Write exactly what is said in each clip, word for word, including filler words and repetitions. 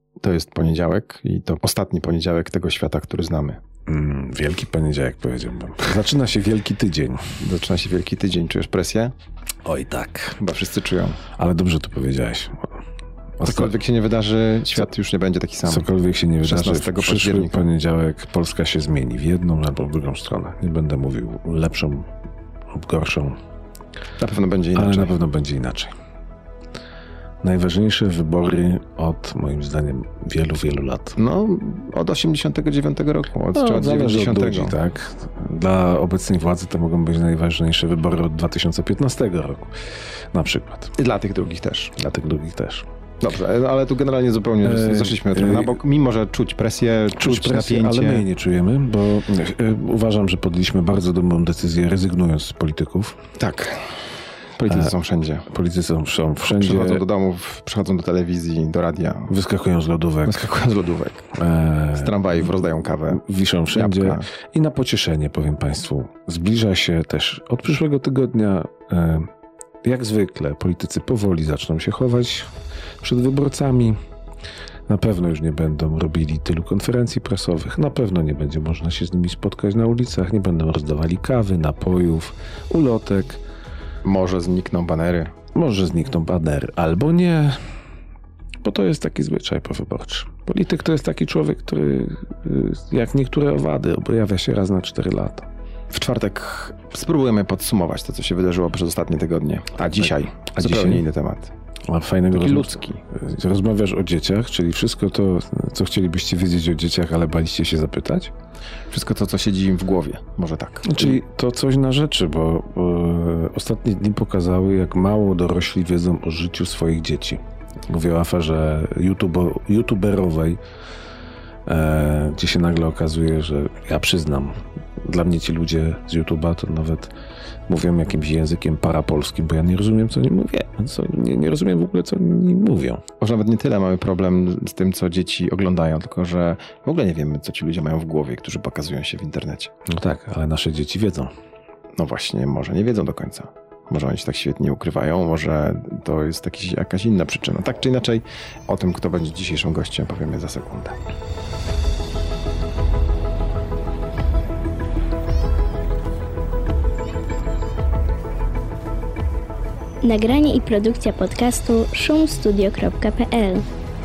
To jest poniedziałek i to ostatni poniedziałek tego świata, który znamy. Mm, wielki poniedziałek, powiedziałbym. Zaczyna się wielki tydzień. Zaczyna się wielki tydzień. Czujesz presję? Oj tak. Chyba wszyscy czują. Ale dobrze to powiedziałeś. Cokolwiek się nie wydarzy, świat już nie będzie taki sam. Cokolwiek się nie wydarzy, w przyszły października. poniedziałek Polska się zmieni w jedną albo w drugą stronę. Nie będę mówił lepszą lub gorszą. Na pewno będzie inaczej. Ale na pewno będzie inaczej. Najważniejsze wybory od, moim zdaniem, wielu, wielu lat. No, od osiemdziesiątego dziewiątego roku, od, no, czy od dziewięćdziesiątego. Od ludzi, tak? Dla obecnej władzy to mogą być najważniejsze wybory od dwa tysiące piętnastego roku. Na przykład. I dla tych drugich też. Dla tych drugich też. Dobrze, ale tu generalnie zupełnie e, zeszliśmy trochę na bok, mimo że czuć presję, czuć, czuć presję, napięcie. Ale my jej nie czujemy, bo e, uważam, że podjęliśmy bardzo dobrą decyzję, rezygnując z polityków. Tak. Politycy są wszędzie. Politycy są, są wszędzie. Przychodzą do domów, przychodzą do telewizji, do radia. Wyskakują z lodówek. Wyskakują z lodówek. E, z tramwajów rozdają kawę. Wiszą wszędzie. Jabłka. I na pocieszenie, powiem Państwu, zbliża się też od przyszłego tygodnia, e, jak zwykle, politycy powoli zaczną się chować przed wyborcami. Na pewno już nie będą robili tylu konferencji prasowych. Na pewno nie będzie można się z nimi spotkać na ulicach. Nie będą rozdawali kawy, napojów, ulotek. Może znikną banery. Może znikną banery, albo nie. Bo to jest taki zwyczaj powyborczy. Polityk to jest taki człowiek, który jak niektóre owady objawia się raz na cztery lata. W czwartek spróbujemy podsumować to, co się wydarzyło przez ostatnie tygodnie. A dzisiaj A zupełnie dzisiaj? inny temat. A fajnego Taki rozmów- ludzki. Rozmawiasz o dzieciach, czyli wszystko to, co chcielibyście wiedzieć o dzieciach, ale baliście się zapytać? Wszystko to, co siedzi im w głowie. Może tak. Czyli to coś na rzeczy, bo, bo ostatnie dni pokazały, jak mało dorośli wiedzą o życiu swoich dzieci. Mówię o aferze YouTube, youtuberowej, e, gdzie się nagle okazuje, że ja przyznam, dla mnie ci ludzie z YouTube'a to nawet mówią jakimś językiem parapolskim, bo ja nie rozumiem, co oni mówią. Co, nie, nie rozumiem w ogóle, co oni mówią. Może nawet nie tyle mamy problem z tym, co dzieci oglądają, tylko że w ogóle nie wiemy, co ci ludzie mają w głowie, którzy pokazują się w internecie. No tak, ale nasze dzieci wiedzą. No właśnie, może nie wiedzą do końca. Może oni się tak świetnie ukrywają, może to jest jakiś, jakaś inna przyczyna. Tak czy inaczej, o tym, kto będzie dzisiejszym gościem, powiemy za sekundę. Nagranie i produkcja podcastu szum studio kropka p l.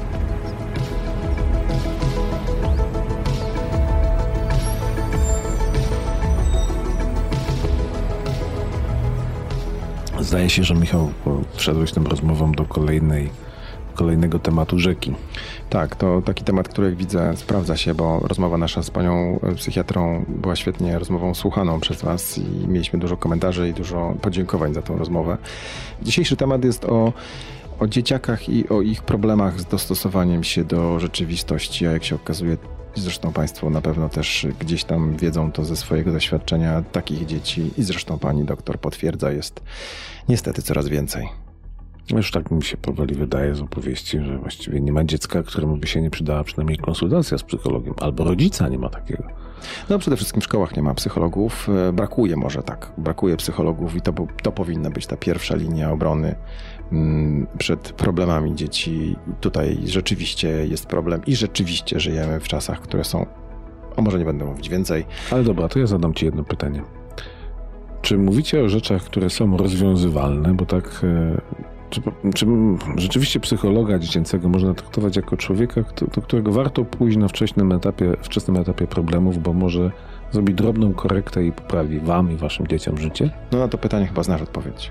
Zdaje się, że Michał, wszedłeś tą rozmową do kolejnej, kolejnego tematu rzeki. Tak, to taki temat, który jak widzę sprawdza się, bo rozmowa nasza z panią psychiatrą była świetnie rozmową słuchaną przez was i mieliśmy dużo komentarzy i dużo podziękowań za tą rozmowę. Dzisiejszy temat jest o, o dzieciakach i o ich problemach z dostosowaniem się do rzeczywistości, a jak się okazuje, zresztą państwo na pewno też gdzieś tam wiedzą to ze swojego doświadczenia, takich dzieci i zresztą pani doktor potwierdza, jest niestety coraz więcej. Już tak mi się powoli wydaje z opowieści, że właściwie nie ma dziecka, któremu by się nie przydała przynajmniej konsultacja z psychologiem, albo rodzica nie ma takiego. No przede wszystkim w szkołach nie ma psychologów, brakuje może tak, brakuje psychologów i to, to powinna być ta pierwsza linia obrony przed problemami dzieci. Tutaj rzeczywiście jest problem i rzeczywiście żyjemy w czasach, które są, a może nie będę mówić więcej. Ale dobra, to ja zadam ci jedno pytanie. Czy mówicie o rzeczach, które są rozwiązywalne, bo tak... Czy, czy rzeczywiście psychologa dziecięcego można traktować jako człowieka, do którego warto pójść na wczesnym etapie, wczesnym etapie problemów, bo może zrobi drobną korektę i poprawi wam i waszym dzieciom życie? No na to pytanie chyba znasz odpowiedź.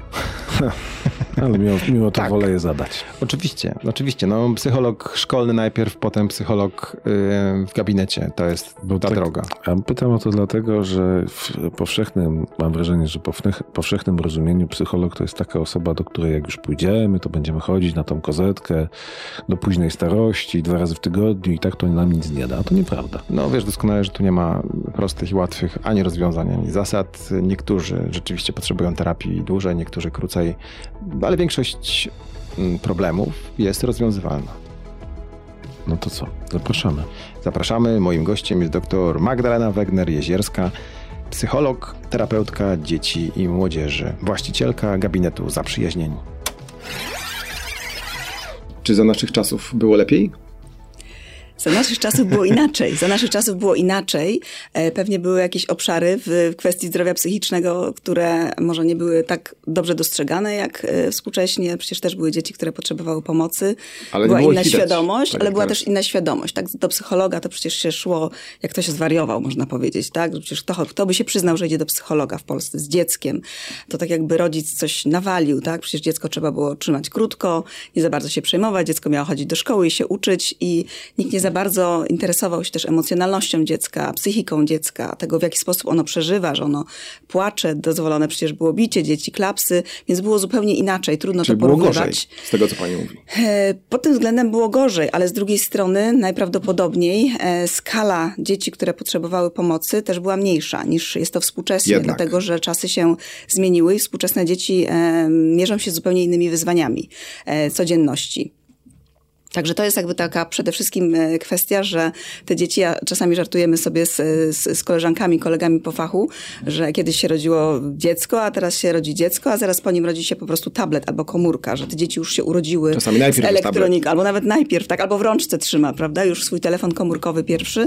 Ale mimo, mimo to tak. wolę je zadać. Oczywiście, oczywiście. No, psycholog szkolny najpierw, potem psycholog yy, w gabinecie. To jest Bo ta tak, droga. A pytam o to dlatego, że w powszechnym, mam wrażenie, że w powszechnym rozumieniu psycholog to jest taka osoba, do której jak już pójdziemy, to będziemy chodzić na tą kozetkę do późnej starości, dwa razy w tygodniu i tak to nam nic nie da. A to nieprawda. No wiesz doskonale, że tu nie ma prostych i łatwych ani rozwiązań, ani zasad. Niektórzy rzeczywiście potrzebują terapii dłużej, niektórzy krócej, ale większość problemów jest rozwiązywalna. No to co? Zapraszamy. Zapraszamy. Moim gościem jest dr Magdalena Wegner-Jezierska, psycholog, terapeutka dzieci i młodzieży, właścicielka gabinetu Zaprzyjaźnieni. Czy za naszych czasów było lepiej? Za naszych czasów było inaczej. Za naszych czasów było inaczej. Pewnie były jakieś obszary w kwestii zdrowia psychicznego, które może nie były tak dobrze dostrzegane jak współcześnie. Przecież też były dzieci, które potrzebowały pomocy. Ale była nie było inna ich widać, świadomość, tak ale była teraz. też inna świadomość. Tak, do psychologa to przecież się szło, jak ktoś zwariował, można powiedzieć. Tak? Przecież kto, kto by się przyznał, że idzie do psychologa w Polsce z dzieckiem? To tak jakby rodzic coś nawalił. Tak? Przecież dziecko trzeba było trzymać krótko, nie za bardzo się przejmować. Dziecko miało chodzić do szkoły i się uczyć i nikt nie za bardzo interesował się też emocjonalnością dziecka, psychiką dziecka, tego w jaki sposób ono przeżywa, że ono płacze, dozwolone przecież było bicie dzieci, klapsy, więc było zupełnie inaczej, trudno Czyli to było porównywać. gorzej, z tego co pani mówi. Pod tym względem było gorzej, ale z drugiej strony najprawdopodobniej skala dzieci, które potrzebowały pomocy też była mniejsza niż jest to współcześnie, Jednak. dlatego że czasy się zmieniły i współczesne dzieci mierzą się z zupełnie innymi wyzwaniami codzienności. Także to jest jakby taka przede wszystkim kwestia, że te dzieci, ja czasami żartujemy sobie z, z, z koleżankami, kolegami po fachu, że kiedyś się rodziło dziecko, a teraz się rodzi dziecko, a zaraz po nim rodzi się po prostu tablet albo komórka, że te dzieci już się urodziły czasami najpierw z jest elektroniką, albo nawet najpierw, tak, albo w rączce trzyma, prawda, już swój telefon komórkowy pierwszy.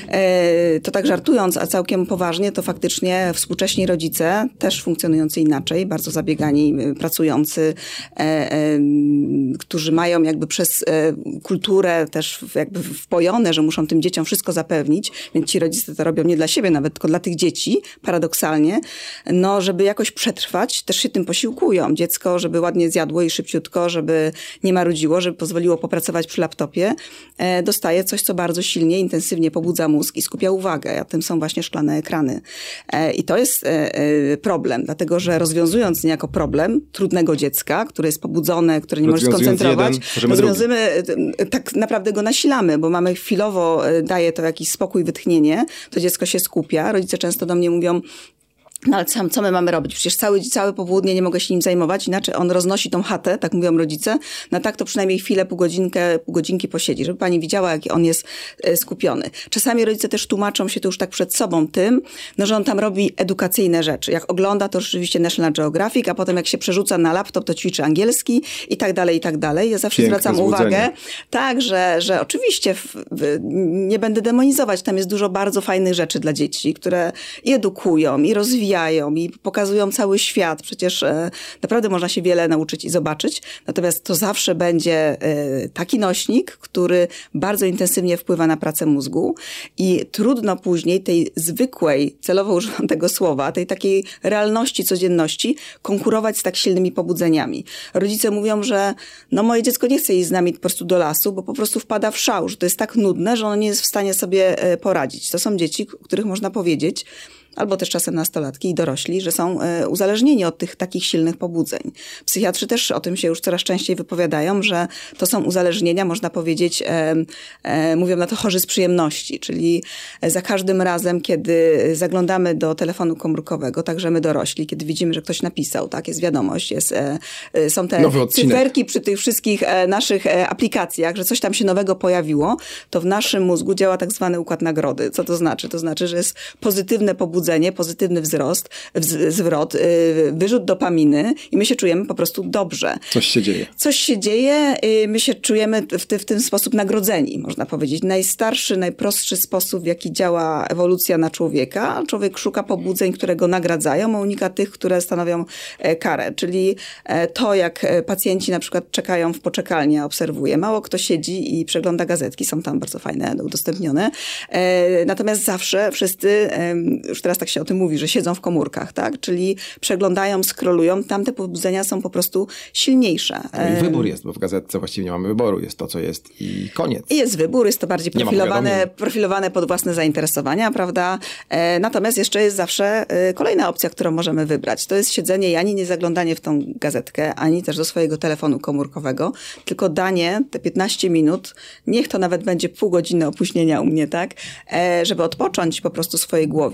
E, to tak żartując, a całkiem poważnie, to faktycznie współcześni rodzice, też funkcjonujący inaczej, bardzo zabiegani, pracujący, e, e, którzy mają jakby przez e, kulturę też jakby wpojone, że muszą tym dzieciom wszystko zapewnić, więc ci rodzice to robią nie dla siebie nawet, tylko dla tych dzieci, paradoksalnie, no żeby jakoś przetrwać, też się tym posiłkują. Dziecko, żeby ładnie zjadło i szybciutko, żeby nie marudziło, żeby pozwoliło popracować przy laptopie, e, dostaje coś, co bardzo silnie, intensywnie pobudza mózg i skupia uwagę, a tym są właśnie szklane ekrany. E, I to jest e, e, problem, dlatego, że rozwiązując niejako problem trudnego dziecka, które jest pobudzone, które nie może skoncentrować, jeden, rozwiązymy tak naprawdę go nasilamy, bo mamy chwilowo, daje to jakiś spokój, wytchnienie, to dziecko się skupia. Rodzice często do mnie mówią, no ale sam, co my mamy robić? Przecież cały, całe popołudnie nie mogę się nim zajmować, inaczej on roznosi tą chatę, tak mówią rodzice, no tak to przynajmniej chwilę, pół godzinkę, pół godzinki posiedzi, żeby pani widziała, jak on jest skupiony. Czasami rodzice też tłumaczą się to już tak przed sobą tym, no że on tam robi edukacyjne rzeczy. Jak ogląda, to rzeczywiście National Geographic, a potem jak się przerzuca na laptop, to ćwiczy angielski i tak dalej, i tak dalej. Ja zawsze Piękne zwracam złudzenie. uwagę, tak, że, że oczywiście w, w, nie będę demonizować, tam jest dużo bardzo fajnych rzeczy dla dzieci, które i edukują, i rozwijają, i pokazują cały świat. Przecież e, naprawdę można się wiele nauczyć i zobaczyć. Natomiast to zawsze będzie e, taki nośnik, który bardzo intensywnie wpływa na pracę mózgu i trudno później tej zwykłej, celowo używam tego słowa, tej takiej realności, codzienności konkurować z tak silnymi pobudzeniami. Rodzice mówią, że no moje dziecko nie chce iść z nami po prostu do lasu, bo po prostu wpada w szał, że to jest tak nudne, że ono nie jest w stanie sobie e, poradzić. To są dzieci, których można powiedzieć, albo też czasem nastolatki i dorośli, że są e, uzależnieni od tych takich silnych pobudzeń. Psychiatrzy też o tym się już coraz częściej wypowiadają, że to są uzależnienia, można powiedzieć, e, e, mówią na to chorzy z przyjemności, czyli za każdym razem, kiedy zaglądamy do telefonu komórkowego, także my dorośli, kiedy widzimy, że ktoś napisał, tak, jest wiadomość, jest, e, e, są te cyferki przy tych wszystkich e, naszych e, aplikacjach, że coś tam się nowego pojawiło, to w naszym mózgu działa tak zwany układ nagrody. Co to znaczy? To znaczy, że jest pozytywne pobudzenie, pozytywny wzrost, wz- zwrot, yy, wyrzut dopaminy i my się czujemy po prostu dobrze. Coś się dzieje. Coś się dzieje, yy, my się czujemy w, ty, w ten sposób nagrodzeni, można powiedzieć. Najstarszy, najprostszy sposób, w jaki działa ewolucja na człowieka. Człowiek szuka pobudzeń, które go nagradzają, a unika tych, które stanowią e, karę. Czyli e, to, jak pacjenci na przykład czekają w poczekalni, obserwuję. Mało kto siedzi i przegląda gazetki, są tam bardzo fajne, udostępnione. E, natomiast zawsze wszyscy, e, już teraz tak się o tym mówi, że siedzą w komórkach, tak? Czyli przeglądają, scrollują, tamte pobudzenia są po prostu silniejsze. No i wybór jest, bo w gazetce właściwie nie mamy wyboru, jest to, co jest i koniec. I jest wybór, jest to bardziej profilowane, profilowane pod własne zainteresowania, prawda? E, natomiast jeszcze jest zawsze e, kolejna opcja, którą możemy wybrać. To jest siedzenie i ani nie zaglądanie w tą gazetkę, ani też do swojego telefonu komórkowego, tylko danie te piętnaście minut, niech to nawet będzie pół godziny opóźnienia u mnie, tak? E, żeby odpocząć po prostu swojej głowie. Jak ja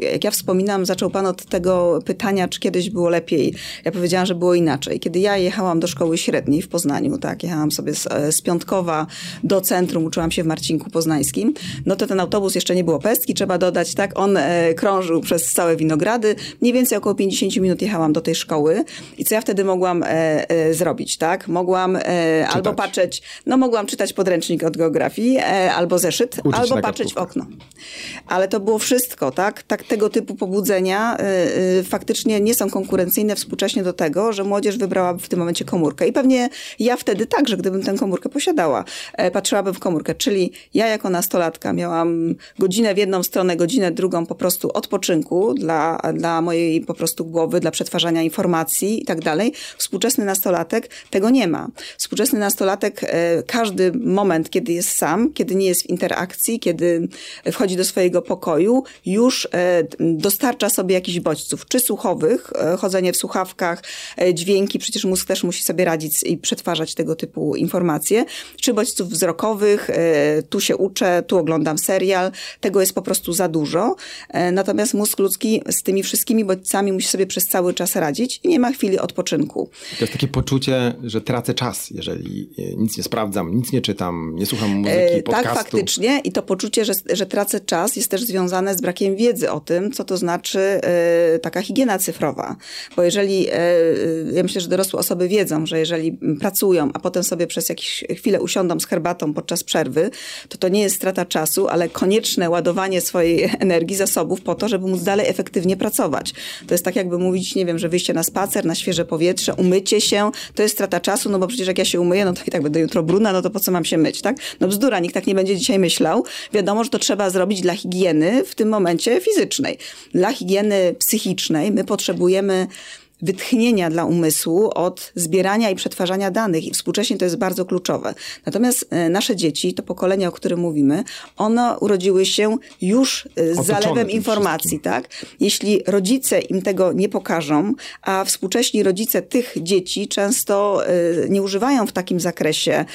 wspominam, zaczął pan od tego pytania, czy kiedyś było lepiej. Ja powiedziałam, że było inaczej. Kiedy ja jechałam do szkoły średniej w Poznaniu, tak, jechałam sobie z, z Piątkowa do centrum, uczyłam się w Marcinku Poznańskim, no to ten autobus jeszcze nie było pestki, trzeba dodać, tak, on e, krążył przez całe Winogrady. Mniej więcej około pięćdziesiąt minut jechałam do tej szkoły i co ja wtedy mogłam e, e, zrobić, tak? Mogłam e, albo patrzeć, no mogłam czytać podręcznik od geografii, e, albo zeszyt, Uczyć albo patrzeć w okno. Ale to było wszystko, tak? Tak tego typu pobudzenia y, y, faktycznie nie są konkurencyjne współcześnie do tego, że młodzież wybrała w tym momencie komórkę. I pewnie ja wtedy także, gdybym tę komórkę posiadała, e, patrzyłabym w komórkę. Czyli ja jako nastolatka miałam godzinę w jedną stronę, godzinę drugą po prostu odpoczynku dla, dla mojej po prostu głowy, dla przetwarzania informacji i tak dalej. Współczesny nastolatek tego nie ma. Współczesny nastolatek e, każdy moment, kiedy jest sam, kiedy nie jest w interakcji, kiedy wchodzi do swojego pokoju, już e, dostarcza sobie jakichś bodźców, czy słuchowych, e, chodzenie w słuchawkach, e, dźwięki, przecież mózg też musi sobie radzić i przetwarzać tego typu informacje, czy bodźców wzrokowych, e, tu się uczę, tu oglądam serial, tego jest po prostu za dużo. E, natomiast mózg ludzki z tymi wszystkimi bodźcami musi sobie przez cały czas radzić i nie ma chwili odpoczynku. To jest takie poczucie, że tracę czas, jeżeli nic nie sprawdzam, nic nie czytam, nie słucham muzyki, podcastu. Tak, faktycznie. I to poczucie, że, że tracę czas jest też związane z brakiem wiedzy o tym, co to znaczy y, taka higiena cyfrowa. Bo jeżeli, y, ja myślę, że dorosłe osoby wiedzą, że jeżeli pracują, a potem sobie przez jakąś chwilę usiądą z herbatą podczas przerwy, to to nie jest strata czasu, ale konieczne ładowanie swojej energii, zasobów po to, żeby móc dalej efektywnie pracować. To jest tak jakby mówić, nie wiem, że wyjście na spacer, na świeże powietrze, umycie się, to jest strata czasu, no bo przecież jak ja się umyję, no to i tak będę jutro brudna, no to po co mam się myć, tak? No bzdura, nikt tak nie będzie dzisiaj myślał. Wiadomo, że to trzeba zrobić dla higieny w tym momencie fizycznej. Dla higieny psychicznej my potrzebujemy wytchnienia dla umysłu od zbierania i przetwarzania danych i współcześnie to jest bardzo kluczowe. Natomiast nasze dzieci, to pokolenie, o którym mówimy, one urodziły się już z zalewem informacji, tak? Jeśli rodzice im tego nie pokażą, a współcześni rodzice tych dzieci często nie używają w takim zakresie,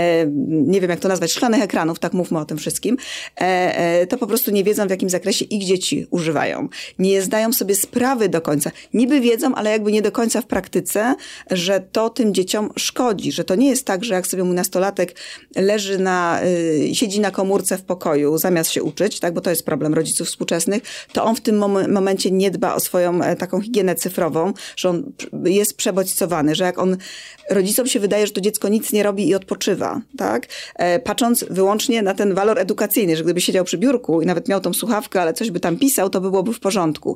nie wiem jak to nazwać, szklanych ekranów, tak mówmy o tym wszystkim, to po prostu nie wiedzą w jakim zakresie ich dzieci używają. Nie zdają sobie sprawy do końca. Niby wiedzą, ale jakby nie do końca w praktyce, że to tym dzieciom szkodzi, że to nie jest tak, że jak sobie mój nastolatek leży na, y, siedzi na komórce w pokoju zamiast się uczyć, tak, bo to jest problem rodziców współczesnych, to on w tym mom- momencie nie dba o swoją e, taką higienę cyfrową, że on jest przebodźcowany, że jak on, rodzicom się wydaje, że to dziecko nic nie robi i odpoczywa, tak, e, patrząc wyłącznie na ten walor edukacyjny, że gdyby siedział przy biurku i nawet miał tą słuchawkę, ale coś by tam pisał, to by byłoby w porządku.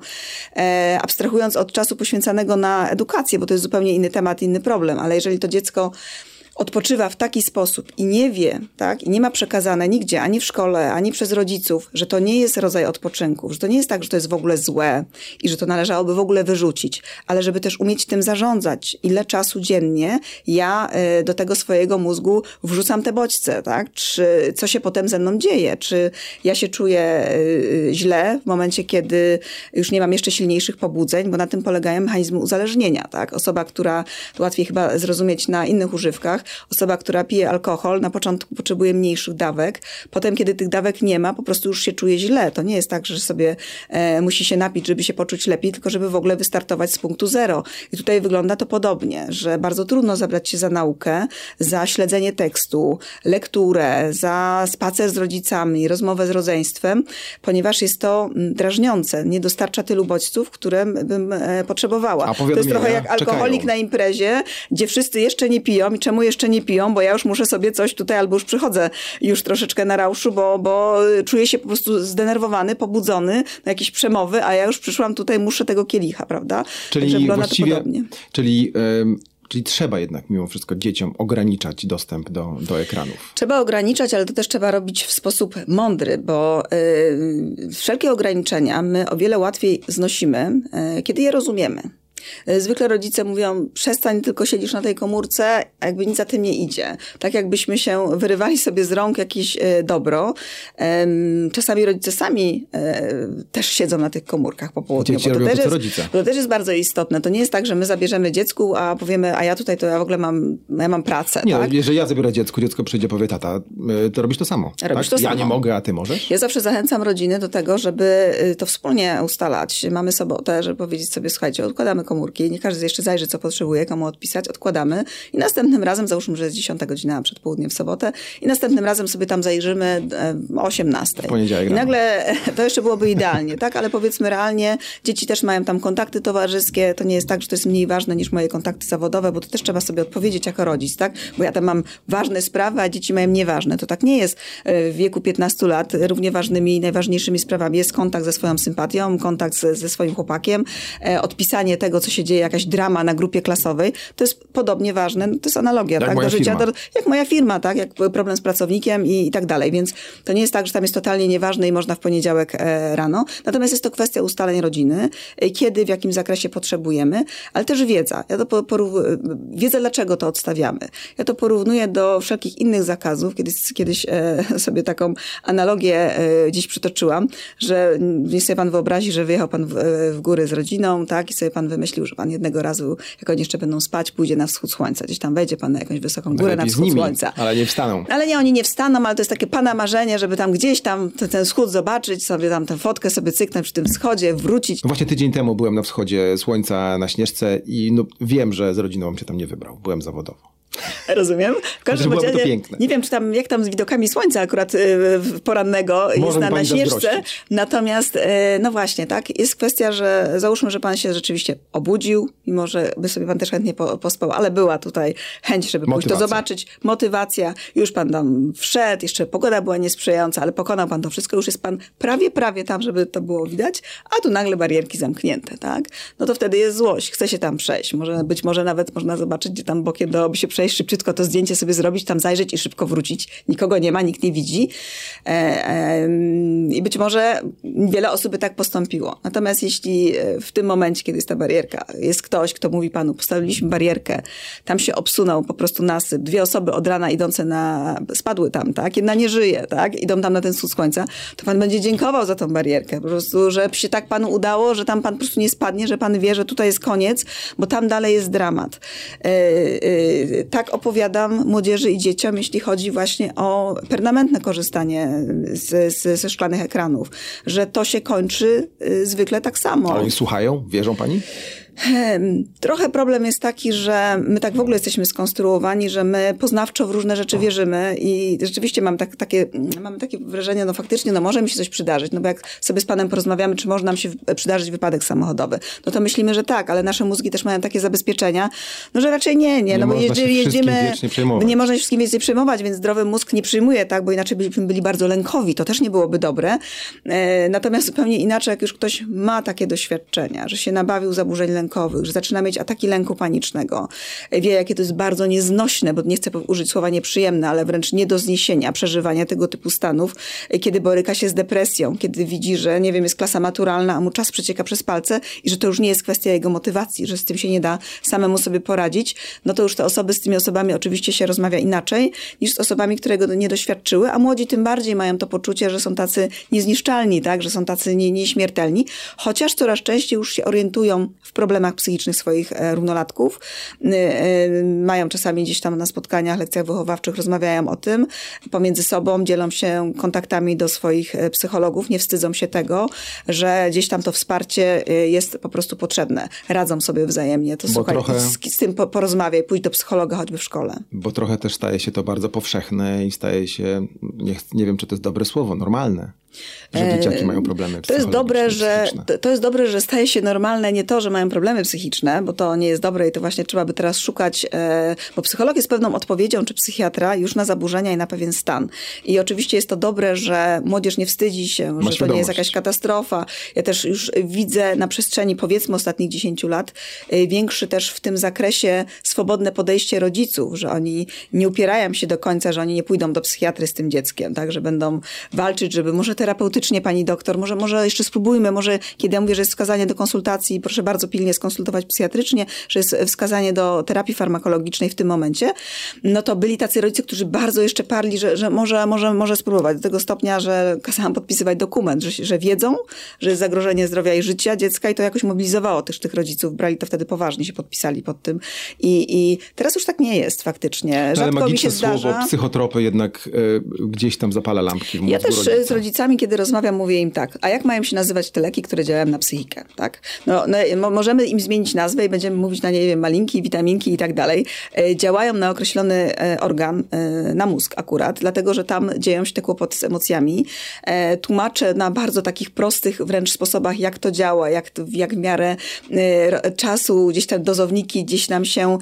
E, abstrahując od czasu poświęcanego na edukację, bo to jest zupełnie inny temat, inny problem, ale jeżeli to dziecko odpoczywa w taki sposób i nie wie, tak, i nie ma przekazane nigdzie, ani w szkole, ani przez rodziców, że to nie jest rodzaj odpoczynku, że to nie jest tak, że to jest w ogóle złe i że to należałoby w ogóle wyrzucić, ale żeby też umieć tym zarządzać. Ile czasu dziennie ja y, do tego swojego mózgu wrzucam te bodźce, tak? Czy co się potem ze mną dzieje? Czy ja się czuję y, źle w momencie, kiedy już nie mam jeszcze silniejszych pobudzeń, bo na tym polegają mechanizmy uzależnienia, tak? Osoba, która, to łatwiej chyba zrozumieć na innych używkach, osoba, która pije alkohol, na początku potrzebuje mniejszych dawek, potem kiedy tych dawek nie ma, po prostu już się czuje źle. To nie jest tak, że sobie e, musi się napić, żeby się poczuć lepiej, tylko żeby w ogóle wystartować z punktu zero. I tutaj wygląda to podobnie, że bardzo trudno zabrać się za naukę, za śledzenie tekstu, lekturę, za spacer z rodzicami, rozmowę z rodzeństwem, ponieważ jest to drażniące. Nie dostarcza tylu bodźców, które bym e, potrzebowała. To jest trochę jak alkoholik czekają na imprezie, gdzie wszyscy jeszcze nie piją i czemu jeszcze nie piją, bo ja już muszę sobie coś tutaj, albo już przychodzę już troszeczkę na rauszu, bo, bo czuję się po prostu zdenerwowany, pobudzony na jakieś przemowy, a ja już przyszłam tutaj, muszę tego kielicha, prawda? Czyli właściwie, czyli, yy, czyli trzeba jednak mimo wszystko dzieciom ograniczać dostęp do, do ekranów. Trzeba ograniczać, ale to też trzeba robić w sposób mądry, bo yy, wszelkie ograniczenia my o wiele łatwiej znosimy, yy, kiedy je rozumiemy. Zwykle rodzice mówią, przestań, tylko siedzisz na tej komórce, a jakby nic za tym nie idzie. Tak jakbyśmy się wyrywali sobie z rąk jakieś dobro. Czasami rodzice sami też siedzą na tych komórkach po południu. Dzieci bo to, robią też to, co jest, rodzice. to też jest bardzo istotne. To nie jest tak, że my zabierzemy dziecku, a powiemy, a ja tutaj to ja w ogóle mam, ja mam pracę. Nie, tak? no, jeżeli ja zabiorę dziecku, dziecko przyjdzie, powie, tata, to robisz to samo. Robisz tak? to ja samo. nie mogę, a ty możesz? Ja zawsze zachęcam rodziny do tego, żeby to wspólnie ustalać. Mamy sobotę, żeby powiedzieć sobie, słuchajcie, odkładamy komórki, nie każdy jeszcze zajrzy, co potrzebuje, komu odpisać, odkładamy i następnym razem, załóżmy, że jest dziesiąta godzina przed południem w sobotę i następnym razem sobie tam zajrzymy o osiemnastej. W poniedziałek I nagle to jeszcze byłoby idealnie, tak? Ale powiedzmy realnie, dzieci też mają tam kontakty towarzyskie, to nie jest tak, że to jest mniej ważne niż moje kontakty zawodowe, bo to też trzeba sobie odpowiedzieć jako rodzic, tak? Bo ja tam mam ważne sprawy, a dzieci mają nieważne. To tak nie jest. W wieku piętnastu lat równie ważnymi i najważniejszymi sprawami jest kontakt ze swoją sympatią, kontakt ze, ze swoim chłopakiem, odpisanie tego, co się dzieje, jakaś drama na grupie klasowej, to jest podobnie ważne. To jest analogia, jak tak? Moja do życia, firma. do, jak moja firma, tak? Jak problem z pracownikiem i, i tak dalej. Więc to nie jest tak, że tam jest totalnie nieważne i można w poniedziałek e, rano. Natomiast jest to kwestia ustaleń rodziny, e, kiedy, w jakim zakresie potrzebujemy, ale też wiedza. Ja to porów- wiedza, dlaczego to odstawiamy. Ja to porównuję do wszelkich innych zakazów. Kiedyś, kiedyś e, sobie taką analogię e, dziś przytoczyłam, że niech sobie pan wyobrazi, że wyjechał pan w, w góry z rodziną, tak? I sobie pan wymyślił, że pan jednego razu, jak oni jeszcze będą spać, pójdzie na wschód słońca. Gdzieś tam wejdzie pan na jakąś wysoką górę, Najlepiej na z wschód nimi, słońca. ale nie wstaną. Ale nie, oni nie wstaną, ale to jest takie pana marzenie, żeby tam gdzieś tam ten, ten wschód zobaczyć, sobie tam tę fotkę sobie cyknąć przy tym wschodzie, wrócić. Właśnie tydzień temu byłem na wschodzie słońca na Śnieżce i no, wiem, że z rodziną bym się tam nie wybrał. Byłem zawodowo. Rozumiem. W każdym byłoby to razie, piękne. nie wiem, czy tam, jak tam z widokami słońca akurat y, porannego Może jest mi na, na pani Śnieżce. zazdrościć. Natomiast, y, no właśnie, tak, jest kwestia, że załóżmy, że pan się rzeczywiście obudził, mimo że by sobie pan też chętnie po, pospał, ale była tutaj chęć, żeby pójść to Motywacja. zobaczyć. Motywacja. Już pan tam wszedł, jeszcze pogoda była niesprzyjająca, ale pokonał pan to wszystko. Już jest pan prawie, prawie tam, żeby to było widać, a tu nagle barierki zamknięte, tak? No to wtedy jest złość. Chce się tam przejść. Może, być może nawet można zobaczyć, gdzie tam bokiem dałoby się przejść, szybciutko to zdjęcie sobie zrobić, tam zajrzeć i szybko wrócić. Nikogo nie ma, nikt nie widzi. E, e, I być może wiele osób by tak postąpiło. Natomiast jeśli w tym momencie, kiedy jest ta barierka, jest ktoś, kto mówi panu, postawiliśmy barierkę, tam się obsunął po prostu nasyp, dwie osoby od rana idące na, spadły tam, tak? Jedna nie żyje, tak? Idą tam na ten wschód słońca, to pan będzie dziękował za tą barierkę. Po prostu, że się tak panu udało, że tam pan po prostu nie spadnie, że pan wie, że tutaj jest koniec, bo tam dalej jest dramat. E, e, tak opowiadam młodzieży i dzieciom, jeśli chodzi właśnie o permanentne korzystanie z, z, ze szklanych ekranów, że to się kończy y, zwykle tak samo. Ale oni słuchają? Wierzą pani? Trochę problem jest taki, że my tak w ogóle jesteśmy skonstruowani, że my poznawczo w różne rzeczy wierzymy i rzeczywiście mam tak, takie, mamy takie wrażenie, no faktycznie, no może mi się coś przydarzyć, no bo jak sobie z panem porozmawiamy, czy może nam się przydarzyć wypadek samochodowy, no to myślimy, że tak, ale nasze mózgi też mają takie zabezpieczenia, no że raczej nie, nie, Nie no bo można się jeździ, wszystkim jeździmy, wiecznie przejmować. nie można się wszystkim więcej przejmować, więc zdrowy mózg nie przyjmuje, tak, bo inaczej bylibyśmy byli bardzo lękowi, to też nie byłoby dobre. Natomiast zupełnie inaczej, jak już ktoś ma takie doświadczenia, że się nabawił zaburzeń lękowych, że zaczyna mieć ataki lęku panicznego. Wie, jakie to jest bardzo nieznośne, bo nie chcę użyć słowa nieprzyjemne, ale wręcz nie do zniesienia przeżywania tego typu stanów, kiedy boryka się z depresją, kiedy widzi, że nie wiem, jest klasa maturalna, a mu czas przecieka przez palce i że to już nie jest kwestia jego motywacji, że z tym się nie da samemu sobie poradzić, no to już te osoby z tymi osobami oczywiście się rozmawia inaczej niż z osobami, które go nie doświadczyły, a młodzi tym bardziej mają to poczucie, że są tacy niezniszczalni, tak, że są tacy nie, nieśmiertelni, chociaż coraz częściej już się orientują w problemach psychicznych swoich równolatków. Mają czasami gdzieś tam na spotkaniach, lekcjach wychowawczych, rozmawiają o tym pomiędzy sobą, dzielą się kontaktami do swoich psychologów, nie wstydzą się tego, że gdzieś tam to wsparcie jest po prostu potrzebne. Radzą sobie wzajemnie. To Bo słuchaj, trochę... z, z tym porozmawiaj, pójdź do psychologa choćby w szkole. Bo trochę też staje się to bardzo powszechne i staje się, nie, nie wiem, czy to jest dobre słowo, normalne. Że dzieciaki mają problemy to jest dobre, że psychiczne. To jest dobre, że staje się normalne nie to, że mają problemy psychiczne, bo to nie jest dobre i to właśnie trzeba by teraz szukać, bo psycholog jest pewną odpowiedzią, czy psychiatra już na zaburzenia i na pewien stan. I oczywiście jest to dobre, że młodzież nie wstydzi się, Ma że to świadomość. nie jest jakaś katastrofa. Ja też już widzę na przestrzeni powiedzmy ostatnich dziesięciu lat większy też w tym zakresie swobodne podejście rodziców, że oni nie upierają się do końca, że oni nie pójdą do psychiatry z tym dzieckiem, tak, że będą walczyć, żeby może terapeutycznie, pani doktor, może, może jeszcze spróbujmy, może kiedy ja mówię, że jest wskazanie do konsultacji, proszę bardzo pilnie skonsultować psychiatrycznie, że jest wskazanie do terapii farmakologicznej w tym momencie, no to byli tacy rodzice, którzy bardzo jeszcze parli, że, że może, może, może spróbować do tego stopnia, że kazałam podpisywać dokument, że, że wiedzą, że jest zagrożenie zdrowia i życia dziecka i to jakoś mobilizowało też tych rodziców, brali to wtedy poważnie, się podpisali pod tym i, i teraz już tak nie jest faktycznie. Rzadko ale mi się słowo, zdarza. psychotropy jednak y, gdzieś tam zapala lampki w mózgu Ja też rodzica. z rodzicami, kiedy rozmawiam, mówię im tak, a jak mają się nazywać te leki, które działają na psychikę, tak? No, no, możemy im zmienić nazwę i będziemy mówić na, nie wiem, malinki, witaminki i tak dalej. E, działają na określony e, organ, e, na mózg akurat, dlatego, że tam dzieją się te kłopoty z emocjami. E, tłumaczę na bardzo takich prostych wręcz sposobach, jak to działa, jak, to, jak w miarę e, czasu gdzieś tam dozowniki gdzieś nam się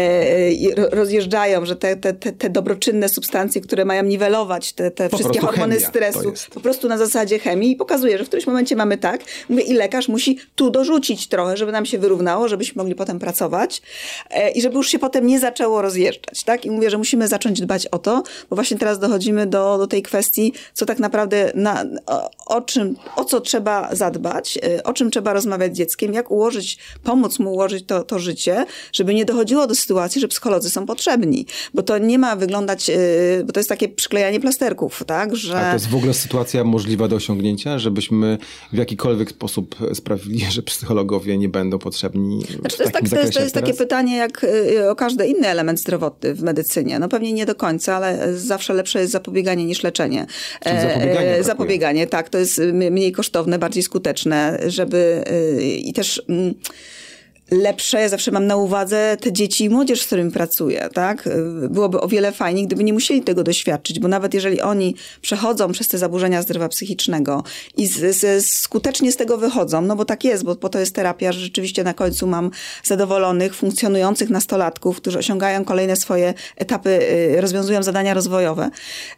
e, rozjeżdżają, że te, te, te, te dobroczynne substancje, które mają niwelować te, te wszystkie hormony chemia stresu, po prostu na zasadzie chemii i pokazuje, że w którymś momencie mamy tak, mówię, i lekarz musi tu dorzucić trochę, żeby nam się wyrównało, żebyśmy mogli potem pracować e, i żeby już się potem nie zaczęło rozjeżdżać, tak? I mówię, że musimy zacząć dbać o to, bo właśnie teraz dochodzimy do, do tej kwestii, co tak naprawdę, na, o, o czym, o co trzeba zadbać, e, o czym trzeba rozmawiać z dzieckiem, jak ułożyć, pomóc mu ułożyć to, to życie, żeby nie dochodziło do sytuacji, że psycholodzy są potrzebni, bo to nie ma wyglądać, e, bo to jest takie przyklejanie plasterków, tak? Że... A to jest w ogóle sytuacja możliwa do osiągnięcia, żebyśmy w jakikolwiek sposób sprawili, że psychologowie nie będą potrzebni w znaczy, to jest, takim tak, to jest, to jest takie teraz? pytanie jak y, o każdy inny element zdrowotny w medycynie. No pewnie nie do końca, ale zawsze lepsze jest zapobieganie niż leczenie. Czyli zapobieganie e, zapobieganie, tak. To jest mniej kosztowne, bardziej skuteczne, żeby y, i też... Y, lepsze, ja zawsze mam na uwadze te dzieci i młodzież, z którymi pracuję, tak? Byłoby o wiele fajniej, gdyby nie musieli tego doświadczyć, bo nawet jeżeli oni przechodzą przez te zaburzenia zdrowia psychicznego i z, z, skutecznie z tego wychodzą, no bo tak jest, bo po to jest terapia, że rzeczywiście na końcu mam zadowolonych, funkcjonujących nastolatków, którzy osiągają kolejne swoje etapy, rozwiązują zadania rozwojowe.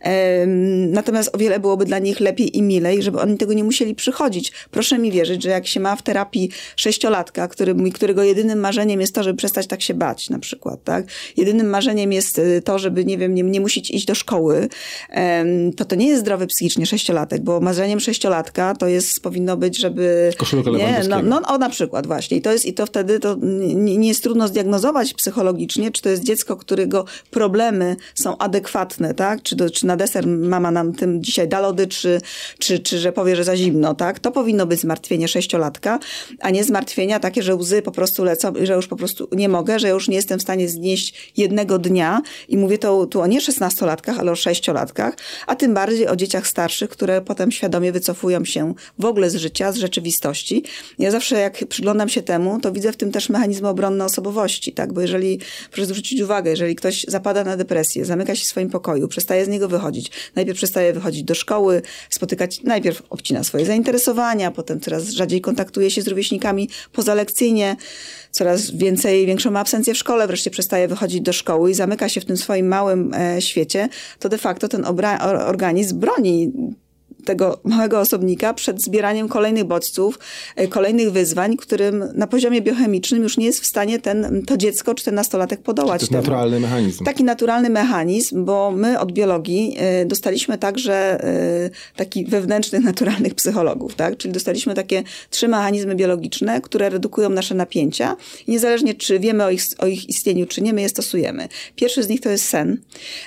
Natomiast o wiele byłoby dla nich lepiej i milej, żeby oni tego nie musieli przychodzić. Proszę mi wierzyć, że jak się ma w terapii sześciolatka, który, którego jedynym marzeniem jest to, żeby przestać tak się bać na przykład, tak? Jedynym marzeniem jest to, żeby, nie wiem, nie, nie musieć iść do szkoły, to to nie jest zdrowy psychicznie sześciolatek, bo marzeniem sześciolatka to jest, powinno być, żeby... Koszulka nie, Lewandowskiego. no, no o, na przykład właśnie. I to jest, i to wtedy to nie, nie jest trudno zdiagnozować psychologicznie, czy to jest dziecko, którego problemy są adekwatne, tak? Czy, do, czy na deser mama nam tym dzisiaj da lody, czy, czy, czy że powie, że za zimno, tak? To powinno być zmartwienie sześciolatka, a nie zmartwienia takie, że łzy po prostu lecą, że już po prostu nie mogę, że ja już nie jestem w stanie znieść jednego dnia i mówię to tu o nie szesnastolatkach, ale o sześciolatkach, a tym bardziej o dzieciach starszych, które potem świadomie wycofują się w ogóle z życia, z rzeczywistości. Ja zawsze jak przyglądam się temu, to widzę w tym też mechanizmy obronne osobowości, tak? Bo jeżeli, proszę zwrócić uwagę, jeżeli ktoś zapada na depresję, zamyka się w swoim pokoju, przestaje z niego wychodzić, najpierw przestaje wychodzić do szkoły, spotykać, najpierw obcina swoje zainteresowania, potem coraz rzadziej kontaktuje się z rówieśnikami pozalekcyjnie, coraz więcej, większą ma absencję w szkole, wreszcie przestaje wychodzić do szkoły i zamyka się w tym swoim małym e, świecie, to de facto ten obra- organizm broni tego małego osobnika przed zbieraniem kolejnych bodźców, kolejnych wyzwań, którym na poziomie biochemicznym już nie jest w stanie ten, to dziecko czy ten nastolatek podołać. To jest temu. naturalny mechanizm. Taki naturalny mechanizm, bo my od biologii y, dostaliśmy także y, taki wewnętrznych, naturalnych psychologów, tak? Czyli dostaliśmy takie trzy mechanizmy biologiczne, które redukują nasze napięcia i niezależnie czy wiemy o ich, o ich istnieniu, czy nie, my je stosujemy. Pierwszy z nich to jest sen.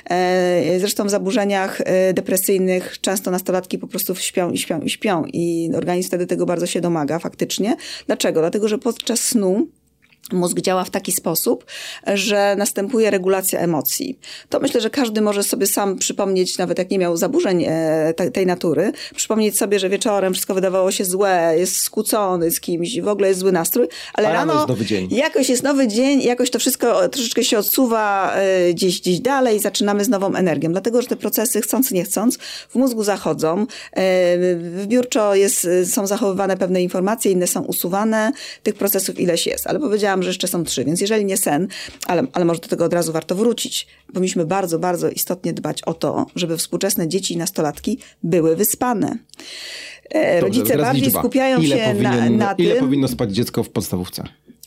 E, zresztą w zaburzeniach e, depresyjnych często nastolatki po prostu śpią i śpią i śpią i organizm wtedy tego bardzo się domaga faktycznie. Dlaczego? Dlatego, że podczas snu mózg działa w taki sposób, że następuje regulacja emocji. To myślę, że każdy może sobie sam przypomnieć, nawet jak nie miał zaburzeń e, te, tej natury, przypomnieć sobie, że wieczorem wszystko wydawało się złe, jest skłócony z kimś, w ogóle jest zły nastrój, ale A rano rano jest nowy dzień. jakoś jest nowy dzień, jakoś to wszystko troszeczkę się odsuwa e, gdzieś, gdzieś dalej i zaczynamy z nową energią. Dlatego, że te procesy, chcąc nie chcąc, w mózgu zachodzą. E, wybiórczo jest, są zachowywane pewne informacje, inne są usuwane. Tych procesów ileś jest. Ale powiedziałam, że jeszcze są trzy, więc jeżeli nie sen, ale, ale może do tego od razu warto wrócić, powinniśmy bardzo, bardzo istotnie dbać o to, żeby współczesne dzieci i nastolatki były wyspane. Dobrze, Rodzice bardziej liczba. skupiają ile się powinien, na, na ile tym... powinno spać dziecko w podstawówce?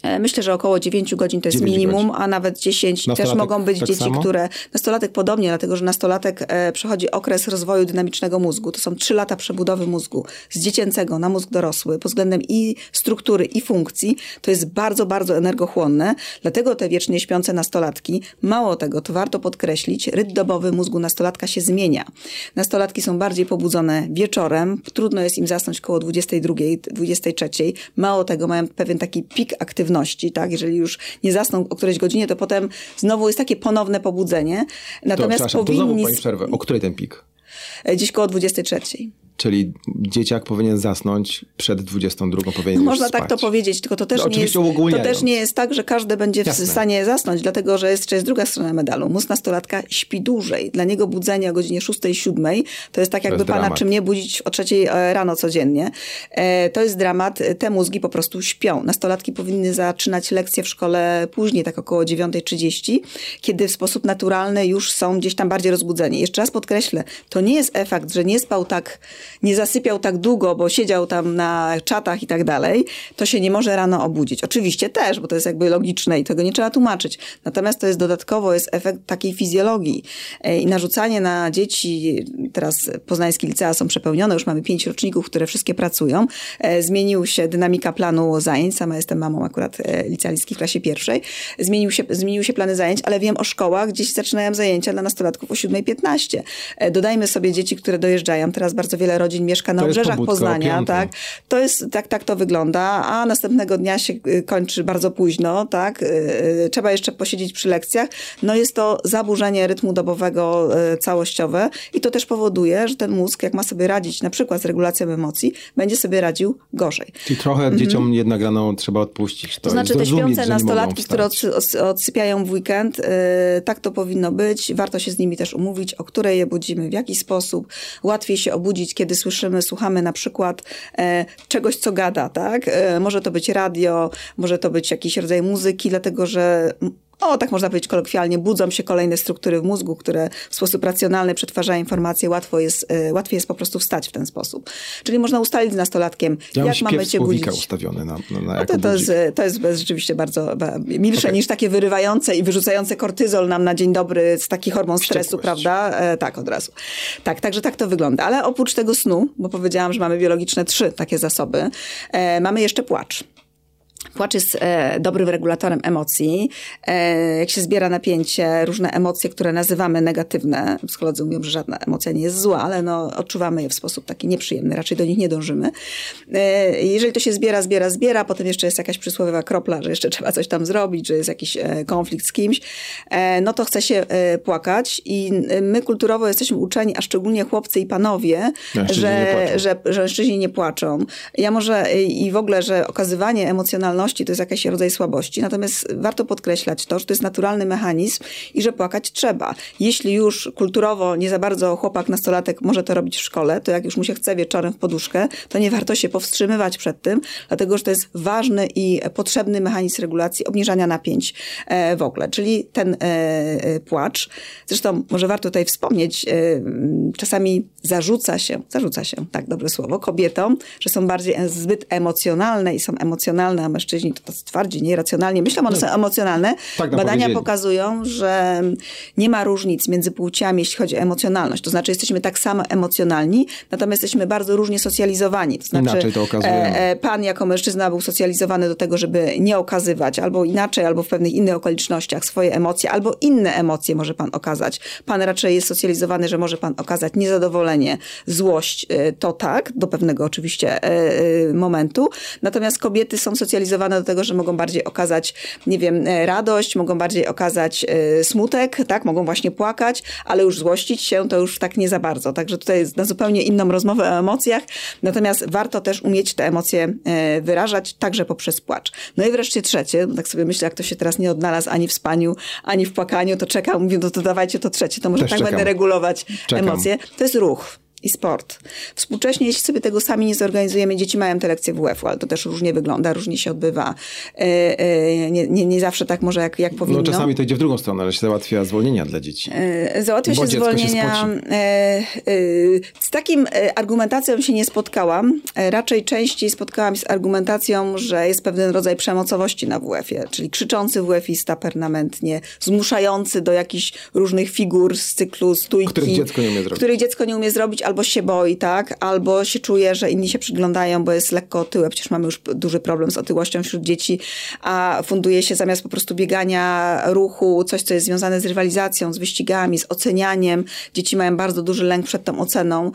Myślę, że około dziewięć godzin to jest minimum, godzin. A nawet dziesięć. Też mogą być tak dzieci, samo? które... Nastolatek podobnie, dlatego że nastolatek e, przechodzi okres rozwoju dynamicznego mózgu. To są trzy lata przebudowy mózgu z dziecięcego na mózg dorosły pod względem i struktury, i funkcji. To jest bardzo, bardzo energochłonne. Dlatego te wiecznie śpiące nastolatki, mało tego, to warto podkreślić, rytm dobowy mózgu nastolatka się zmienia. Nastolatki są bardziej pobudzone wieczorem. Trudno jest im zasnąć koło dwudziestej drugiej, dwudziestej trzeciej. Mało tego, mają pewien taki pik aktywności. Tak? Jeżeli już nie zasną o którejś godzinie, to potem znowu jest takie ponowne pobudzenie. Natomiast to, powinni... To znowu pani przerwę. O której ten pik? Gdzieś koło dwudziestej trzeciej. Czyli dzieciak powinien zasnąć przed dwudziestą drugą, powinien no, już Można spać. tak to powiedzieć, tylko to też, no, nie jest, to też nie jest tak, że każdy będzie Jasne. w stanie zasnąć, dlatego że jest, jest druga strona medalu. Mózg nastolatka śpi dłużej. Dla niego budzenie o godzinie szóstej, siódmej to jest tak, jakby jest pana dramat. Czy mnie budzić o trzeciej rano codziennie. E, to jest dramat. Te mózgi po prostu śpią. Nastolatki powinny zaczynać lekcje w szkole później, tak około dziewiątej trzydzieści, kiedy w sposób naturalny już są gdzieś tam bardziej rozbudzeni. Jeszcze raz podkreślę, to nie jest efekt, że nie spał tak, nie zasypiał tak długo, bo siedział tam na czatach i tak dalej, to się nie może rano obudzić. Oczywiście też, bo to jest jakby logiczne i tego nie trzeba tłumaczyć. Natomiast to jest dodatkowo jest efekt takiej fizjologii. I narzucanie na dzieci, teraz poznańskie licea są przepełnione, już mamy pięć roczników, które wszystkie pracują. Zmienił się dynamika planu zajęć. Sama jestem mamą akurat licealistki w klasie pierwszej. Zmienił się, zmieniły się plany zajęć, ale wiem o szkołach, gdzieś zaczynają zajęcia dla nastolatków o siódmej piętnaście. Dodajmy sobie dzieci, które dojeżdżają. Teraz bardzo wiele rodzin mieszka na obrzeżach Poznania, tak? To jest, tak, tak to wygląda, a następnego dnia się kończy bardzo późno, tak? Trzeba jeszcze posiedzieć przy lekcjach. No jest to zaburzenie rytmu dobowego całościowe i to też powoduje, że ten mózg, jak ma sobie radzić na przykład z regulacją emocji, będzie sobie radził gorzej. Czyli trochę mhm. dzieciom jednak rano trzeba odpuścić. To, to znaczy te śpiące nastolatki, które odsypiają w weekend, tak to powinno być. Warto się z nimi też umówić, o której je budzimy, w jaki sposób. Łatwiej się obudzić, kiedy słyszymy, słuchamy na przykład e, czegoś, co gada, tak? E, może to być radio, może to być jakiś rodzaj muzyki, dlatego że o, tak można powiedzieć kolokwialnie, budzą się kolejne struktury w mózgu, które w sposób racjonalny przetwarzają informacje, łatwo jest, e, łatwiej jest po prostu wstać w ten sposób. Czyli można ustalić z nastolatkiem, ja jak mamy cię budzić. ustawiony na, na, na no to, to, jest, to jest rzeczywiście bardzo milsze okay. niż takie wyrywające i wyrzucające kortyzol nam na dzień dobry z taki hormon stresu, prawda? E, tak, od razu. Tak, także tak to wygląda. Ale oprócz tego snu, bo powiedziałam, że mamy biologiczne trzy takie zasoby, e, mamy jeszcze płacz. Płacz jest e, dobrym regulatorem emocji. E, jak się zbiera napięcie, różne emocje, które nazywamy negatywne, psycholodzy mówią, że żadna emocja nie jest zła, ale no, odczuwamy je w sposób taki nieprzyjemny, raczej do nich nie dążymy. E, jeżeli to się zbiera, zbiera, zbiera, potem jeszcze jest jakaś przysłowiowa kropla, że jeszcze trzeba coś tam zrobić, że jest jakiś e, konflikt z kimś, e, no to chce się e, płakać i my kulturowo jesteśmy uczeni, a szczególnie chłopcy i panowie, że, że, że mężczyźni nie płaczą. Ja może e, i w ogóle, że okazywanie emocjonalności to jest jakiś rodzaj słabości. Natomiast warto podkreślać to, że to jest naturalny mechanizm i że płakać trzeba. Jeśli już kulturowo nie za bardzo chłopak, nastolatek może to robić w szkole, to jak już mu się chce wieczorem w poduszkę, to nie warto się powstrzymywać przed tym, dlatego że to jest ważny i potrzebny mechanizm regulacji obniżania napięć w ogóle. Czyli ten płacz. Zresztą może warto tutaj wspomnieć, czasami zarzuca się, zarzuca się, tak dobre słowo, kobietom, że są bardziej zbyt emocjonalne i są emocjonalne, a mężczyźni to twardzi, nieracjonalnie. Myślę, one są emocjonalne. Tak Badania pokazują, że nie ma różnic między płciami, jeśli chodzi o emocjonalność. To znaczy jesteśmy tak samo emocjonalni, natomiast jesteśmy bardzo różnie socjalizowani. To znaczy inaczej to okazujemy. Pan jako mężczyzna był socjalizowany do tego, żeby nie okazywać, albo inaczej, albo w pewnych innych okolicznościach swoje emocje, albo inne emocje może pan okazać. Pan raczej jest socjalizowany, że może pan okazać niezadowolenie, złość, to tak, do pewnego oczywiście momentu. Natomiast kobiety są socjalizowane do tego, że mogą bardziej okazać, nie wiem, radość, mogą bardziej okazać y, smutek, tak, mogą właśnie płakać, ale już złościć się to już tak nie za bardzo. Także tutaj jest na zupełnie inną rozmowę o emocjach, natomiast warto też umieć te emocje y, wyrażać, także poprzez płacz. No i wreszcie trzecie, tak sobie myślę, jak to się teraz nie odnalazł ani w spaniu, ani w płakaniu, to czekam, mówię, no to dawajcie to trzecie, to może też tak czekam. Będę regulować czekam. Emocje. To jest ruch. i sport. Współcześnie, jeśli sobie tego sami nie zorganizujemy, dzieci mają te lekcje W F-u, ale to też różnie wygląda, różnie się odbywa. Nie, nie, nie zawsze tak może, jak, jak powinno. No czasami to idzie w drugą stronę, ale się załatwia zwolnienia dla dzieci. Załatwia się zwolnienia. Się z takim argumentacją się nie spotkałam. Raczej częściej spotkałam się z argumentacją, że jest pewien rodzaj przemocowości na W F-ie, czyli krzyczący W F-ista permanentnie, zmuszający do jakichś różnych figur z cyklu stójki. Których dziecko nie umie zrobić. Których dziecko nie umie zrobić, albo się boi, tak? Albo się czuje, że inni się przyglądają, bo jest lekko otyłe. Przecież mamy już duży problem z otyłością wśród dzieci, a funduje się zamiast po prostu biegania, ruchu, coś, co jest związane z rywalizacją, z wyścigami, z ocenianiem. Dzieci mają bardzo duży lęk przed tą oceną.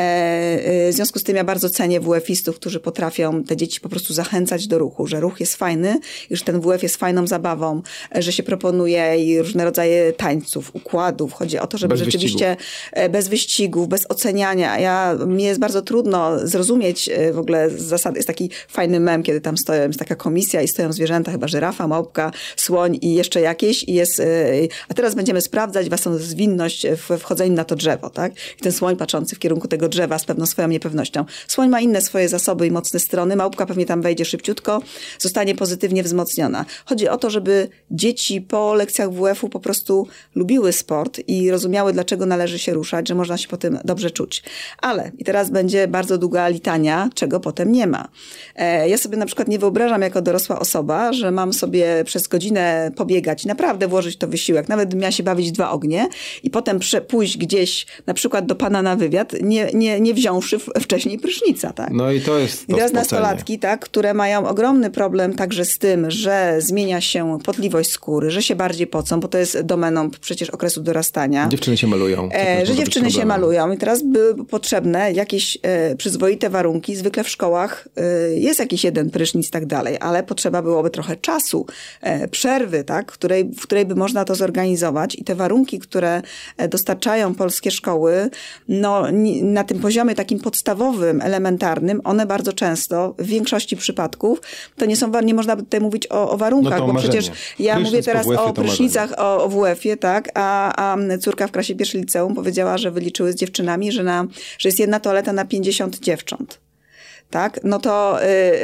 W związku z tym ja bardzo cenię W F-istów, którzy potrafią te dzieci po prostu zachęcać do ruchu, że ruch jest fajny, że ten W F jest fajną zabawą, że się proponuje i różne rodzaje tańców, układów. Chodzi o to, żeby bez rzeczywiście wyścigów. bez wyścigów, bez oceniania. Ja, mnie jest bardzo trudno zrozumieć w ogóle zasady. Jest taki fajny mem, kiedy tam stoją, jest taka komisja i stoją zwierzęta, chyba żyrafa, małpka, słoń i jeszcze jakieś i jest, a teraz będziemy sprawdzać waszą zwinność w wchodzeniu na to drzewo, tak? I ten słoń patrzący w kierunku tego drzewa z pewną swoją niepewnością. Słoń ma inne swoje zasoby i mocne strony, małpka pewnie tam wejdzie szybciutko, zostanie pozytywnie wzmocniona. Chodzi o to, żeby dzieci po lekcjach W F-u po prostu lubiły sport i rozumiały, dlaczego należy się ruszać, że można się po tym dobrze czuć. Ale, i teraz będzie bardzo długa litania, czego potem nie ma. E, ja sobie na przykład nie wyobrażam jako dorosła osoba, że mam sobie przez godzinę pobiegać, naprawdę włożyć to wysiłek, nawet bym miała się bawić w dwa ognie i potem prze, pójść gdzieś na przykład do pana na wywiad, nie, nie, nie wziąwszy w, wcześniej prysznica. Tak? No i to jest to I teraz spocenie. nastolatki, tak, które mają ogromny problem także z tym, że zmienia się potliwość skóry, że się bardziej pocą, bo to jest domeną przecież okresu dorastania. Dziewczyny się malują. E, że dziewczyny się malują i teraz były potrzebne jakieś e, przyzwoite warunki. Zwykle w szkołach e, jest jakiś jeden prysznic i tak dalej, ale potrzeba byłoby trochę czasu, e, przerwy, tak, w której, w której by można to zorganizować i te warunki, które dostarczają polskie szkoły, no na tym poziomie takim podstawowym, elementarnym, one bardzo często, w większości przypadków, to nie są, nie można by tutaj mówić o, o warunkach, no bo marzenie. przecież ja Prysznic mówię teraz o prysznicach, o, o W F-ie, tak, a, a córka w klasie pierwszej liceum powiedziała, że wyliczyły z dziewczynami, że, na, że jest jedna toaleta na pięćdziesiąt dziewcząt. Tak, no to,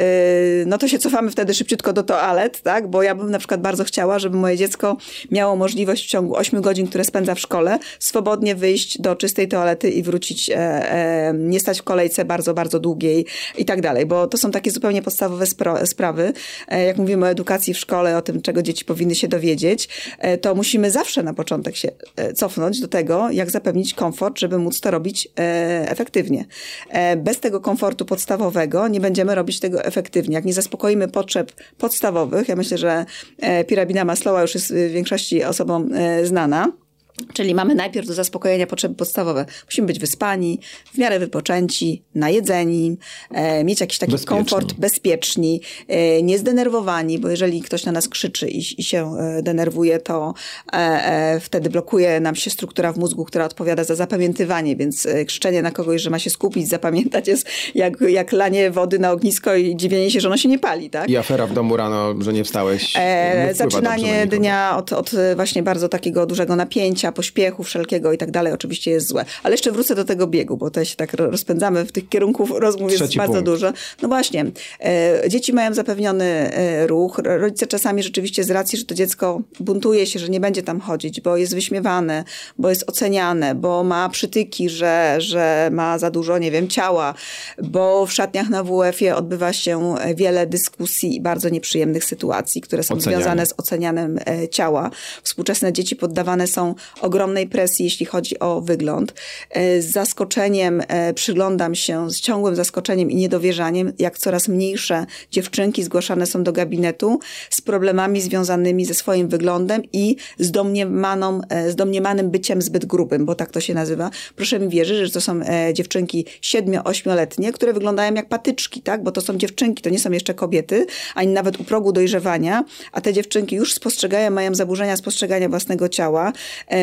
yy, no to się cofamy wtedy szybciutko do toalet, tak, bo ja bym na przykład bardzo chciała, żeby moje dziecko miało możliwość w ciągu ośmiu godzin, które spędza w szkole, swobodnie wyjść do czystej toalety i wrócić, e, e, nie stać w kolejce bardzo, bardzo długiej i tak dalej, bo to są takie zupełnie podstawowe spro- sprawy. E, jak mówimy o edukacji w szkole, o tym, czego dzieci powinny się dowiedzieć, e, to musimy zawsze na początek się e, cofnąć do tego, jak zapewnić komfort, żeby móc to robić e, efektywnie. E, bez tego komfortu podstawowego nie będziemy robić tego efektywnie. Jak nie zaspokoimy potrzeb podstawowych, ja myślę, że piramiда Maslowa już jest w większości osobom znana, czyli mamy najpierw do zaspokojenia potrzeby podstawowe. Musimy być wyspani, w miarę wypoczęci, najedzeni, e, mieć jakiś taki bezpieczni. komfort, bezpieczni, e, niezdenerwowani, bo jeżeli ktoś na nas krzyczy i, i się e, denerwuje, to e, e, wtedy blokuje nam się struktura w mózgu, która odpowiada za zapamiętywanie, więc e, krzyczenie na kogoś, że ma się skupić, zapamiętać jest jak, jak lanie wody na ognisko i dziwienie się, że ono się nie pali, tak? I afera w domu rano, że nie wstałeś. E, nie zaczynanie dnia od, od właśnie bardzo takiego dużego napięcia, pośpiechu wszelkiego i tak dalej oczywiście jest złe. Ale jeszcze wrócę do tego biegu, bo to się tak rozpędzamy w tych kierunków rozmów jest Trzeci bardzo punkt. dużo. No właśnie, e, dzieci mają zapewniony e, ruch. Rodzice czasami rzeczywiście z racji, że to dziecko buntuje się, że nie będzie tam chodzić, bo jest wyśmiewane, bo jest oceniane, bo ma przytyki, że, że ma za dużo, nie wiem, ciała, bo w szatniach na W F-ie odbywa się wiele dyskusji i bardzo nieprzyjemnych sytuacji, które są Ocenianie. związane z ocenianem e, ciała. Współczesne dzieci poddawane są ogromnej presji, jeśli chodzi o wygląd. Z zaskoczeniem przyglądam się, z ciągłym zaskoczeniem i niedowierzaniem, jak coraz mniejsze dziewczynki zgłaszane są do gabinetu z problemami związanymi ze swoim wyglądem i z, domniemaną, z domniemanym byciem zbyt grubym, bo tak to się nazywa. Proszę mi wierzyć, że to są dziewczynki siedmiu-ośmioletnie, które wyglądają jak patyczki, tak? Bo to są dziewczynki, to nie są jeszcze kobiety, ani nawet u progu dojrzewania, a te dziewczynki już spostrzegają, mają zaburzenia spostrzegania własnego ciała,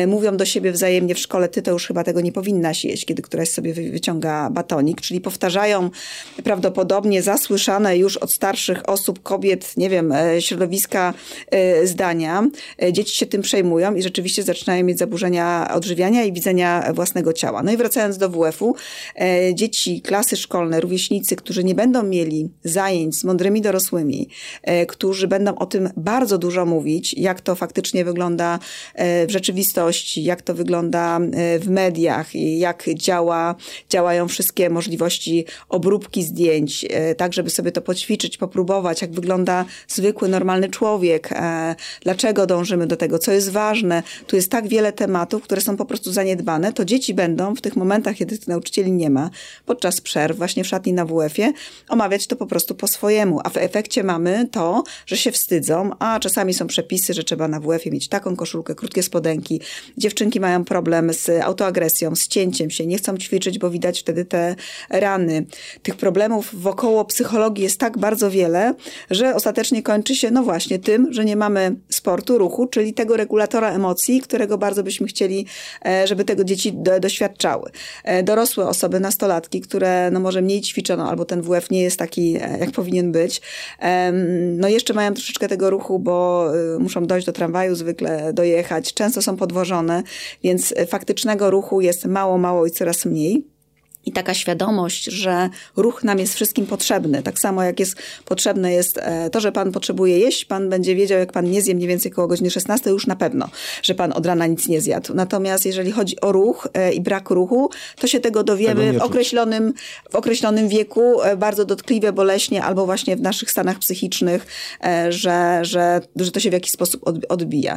mówią do siebie wzajemnie w szkole, ty to już chyba tego nie powinnaś jeść, kiedy któraś sobie wyciąga batonik, czyli powtarzają prawdopodobnie zasłyszane już od starszych osób, kobiet, nie wiem, środowiska zdania. Dzieci się tym przejmują i rzeczywiście zaczynają mieć zaburzenia odżywiania i widzenia własnego ciała. No i wracając do W F-u, dzieci, klasy szkolne, rówieśnicy, którzy nie będą mieli zajęć z mądrymi dorosłymi, którzy będą o tym bardzo dużo mówić, jak to faktycznie wygląda w rzeczywistości, jak to wygląda w mediach i jak działa, działają wszystkie możliwości obróbki zdjęć, tak żeby sobie to poćwiczyć, popróbować, jak wygląda zwykły, normalny człowiek, dlaczego dążymy do tego, co jest ważne. Tu jest tak wiele tematów, które są po prostu zaniedbane, to dzieci będą w tych momentach, kiedy tych nauczycieli nie ma, podczas przerw, właśnie w szatni na W F-ie, omawiać to po prostu po swojemu. A w efekcie mamy to, że się wstydzą, a czasami są przepisy, że trzeba na W F-ie mieć taką koszulkę, krótkie spodenki. Dziewczynki mają problem z autoagresją, z cięciem się, nie chcą ćwiczyć, bo widać wtedy te rany. Tych problemów wokoło psychologii jest tak bardzo wiele, że ostatecznie kończy się no właśnie tym, że nie mamy sportu, ruchu, czyli tego regulatora emocji, którego bardzo byśmy chcieli, żeby tego dzieci do, doświadczały. Dorosłe osoby, nastolatki, które no może mniej ćwiczą, albo ten W F nie jest taki, jak powinien być, no jeszcze mają troszeczkę tego ruchu, bo muszą dojść do tramwaju, zwykle dojechać, często są podwożone, więc faktycznego ruchu jest mało, mało i coraz mniej. I taka świadomość, że ruch nam jest wszystkim potrzebny. Tak samo jak jest potrzebne jest to, że pan potrzebuje jeść, pan będzie wiedział, jak pan nie zje mniej więcej koło godziny szesnastej, już na pewno, że pan od rana nic nie zjadł. Natomiast jeżeli chodzi o ruch i brak ruchu, to się tego dowiemy tego w określonym, w określonym wieku, bardzo dotkliwie, boleśnie, albo właśnie w naszych stanach psychicznych, że, że, że to się w jakiś sposób odbija.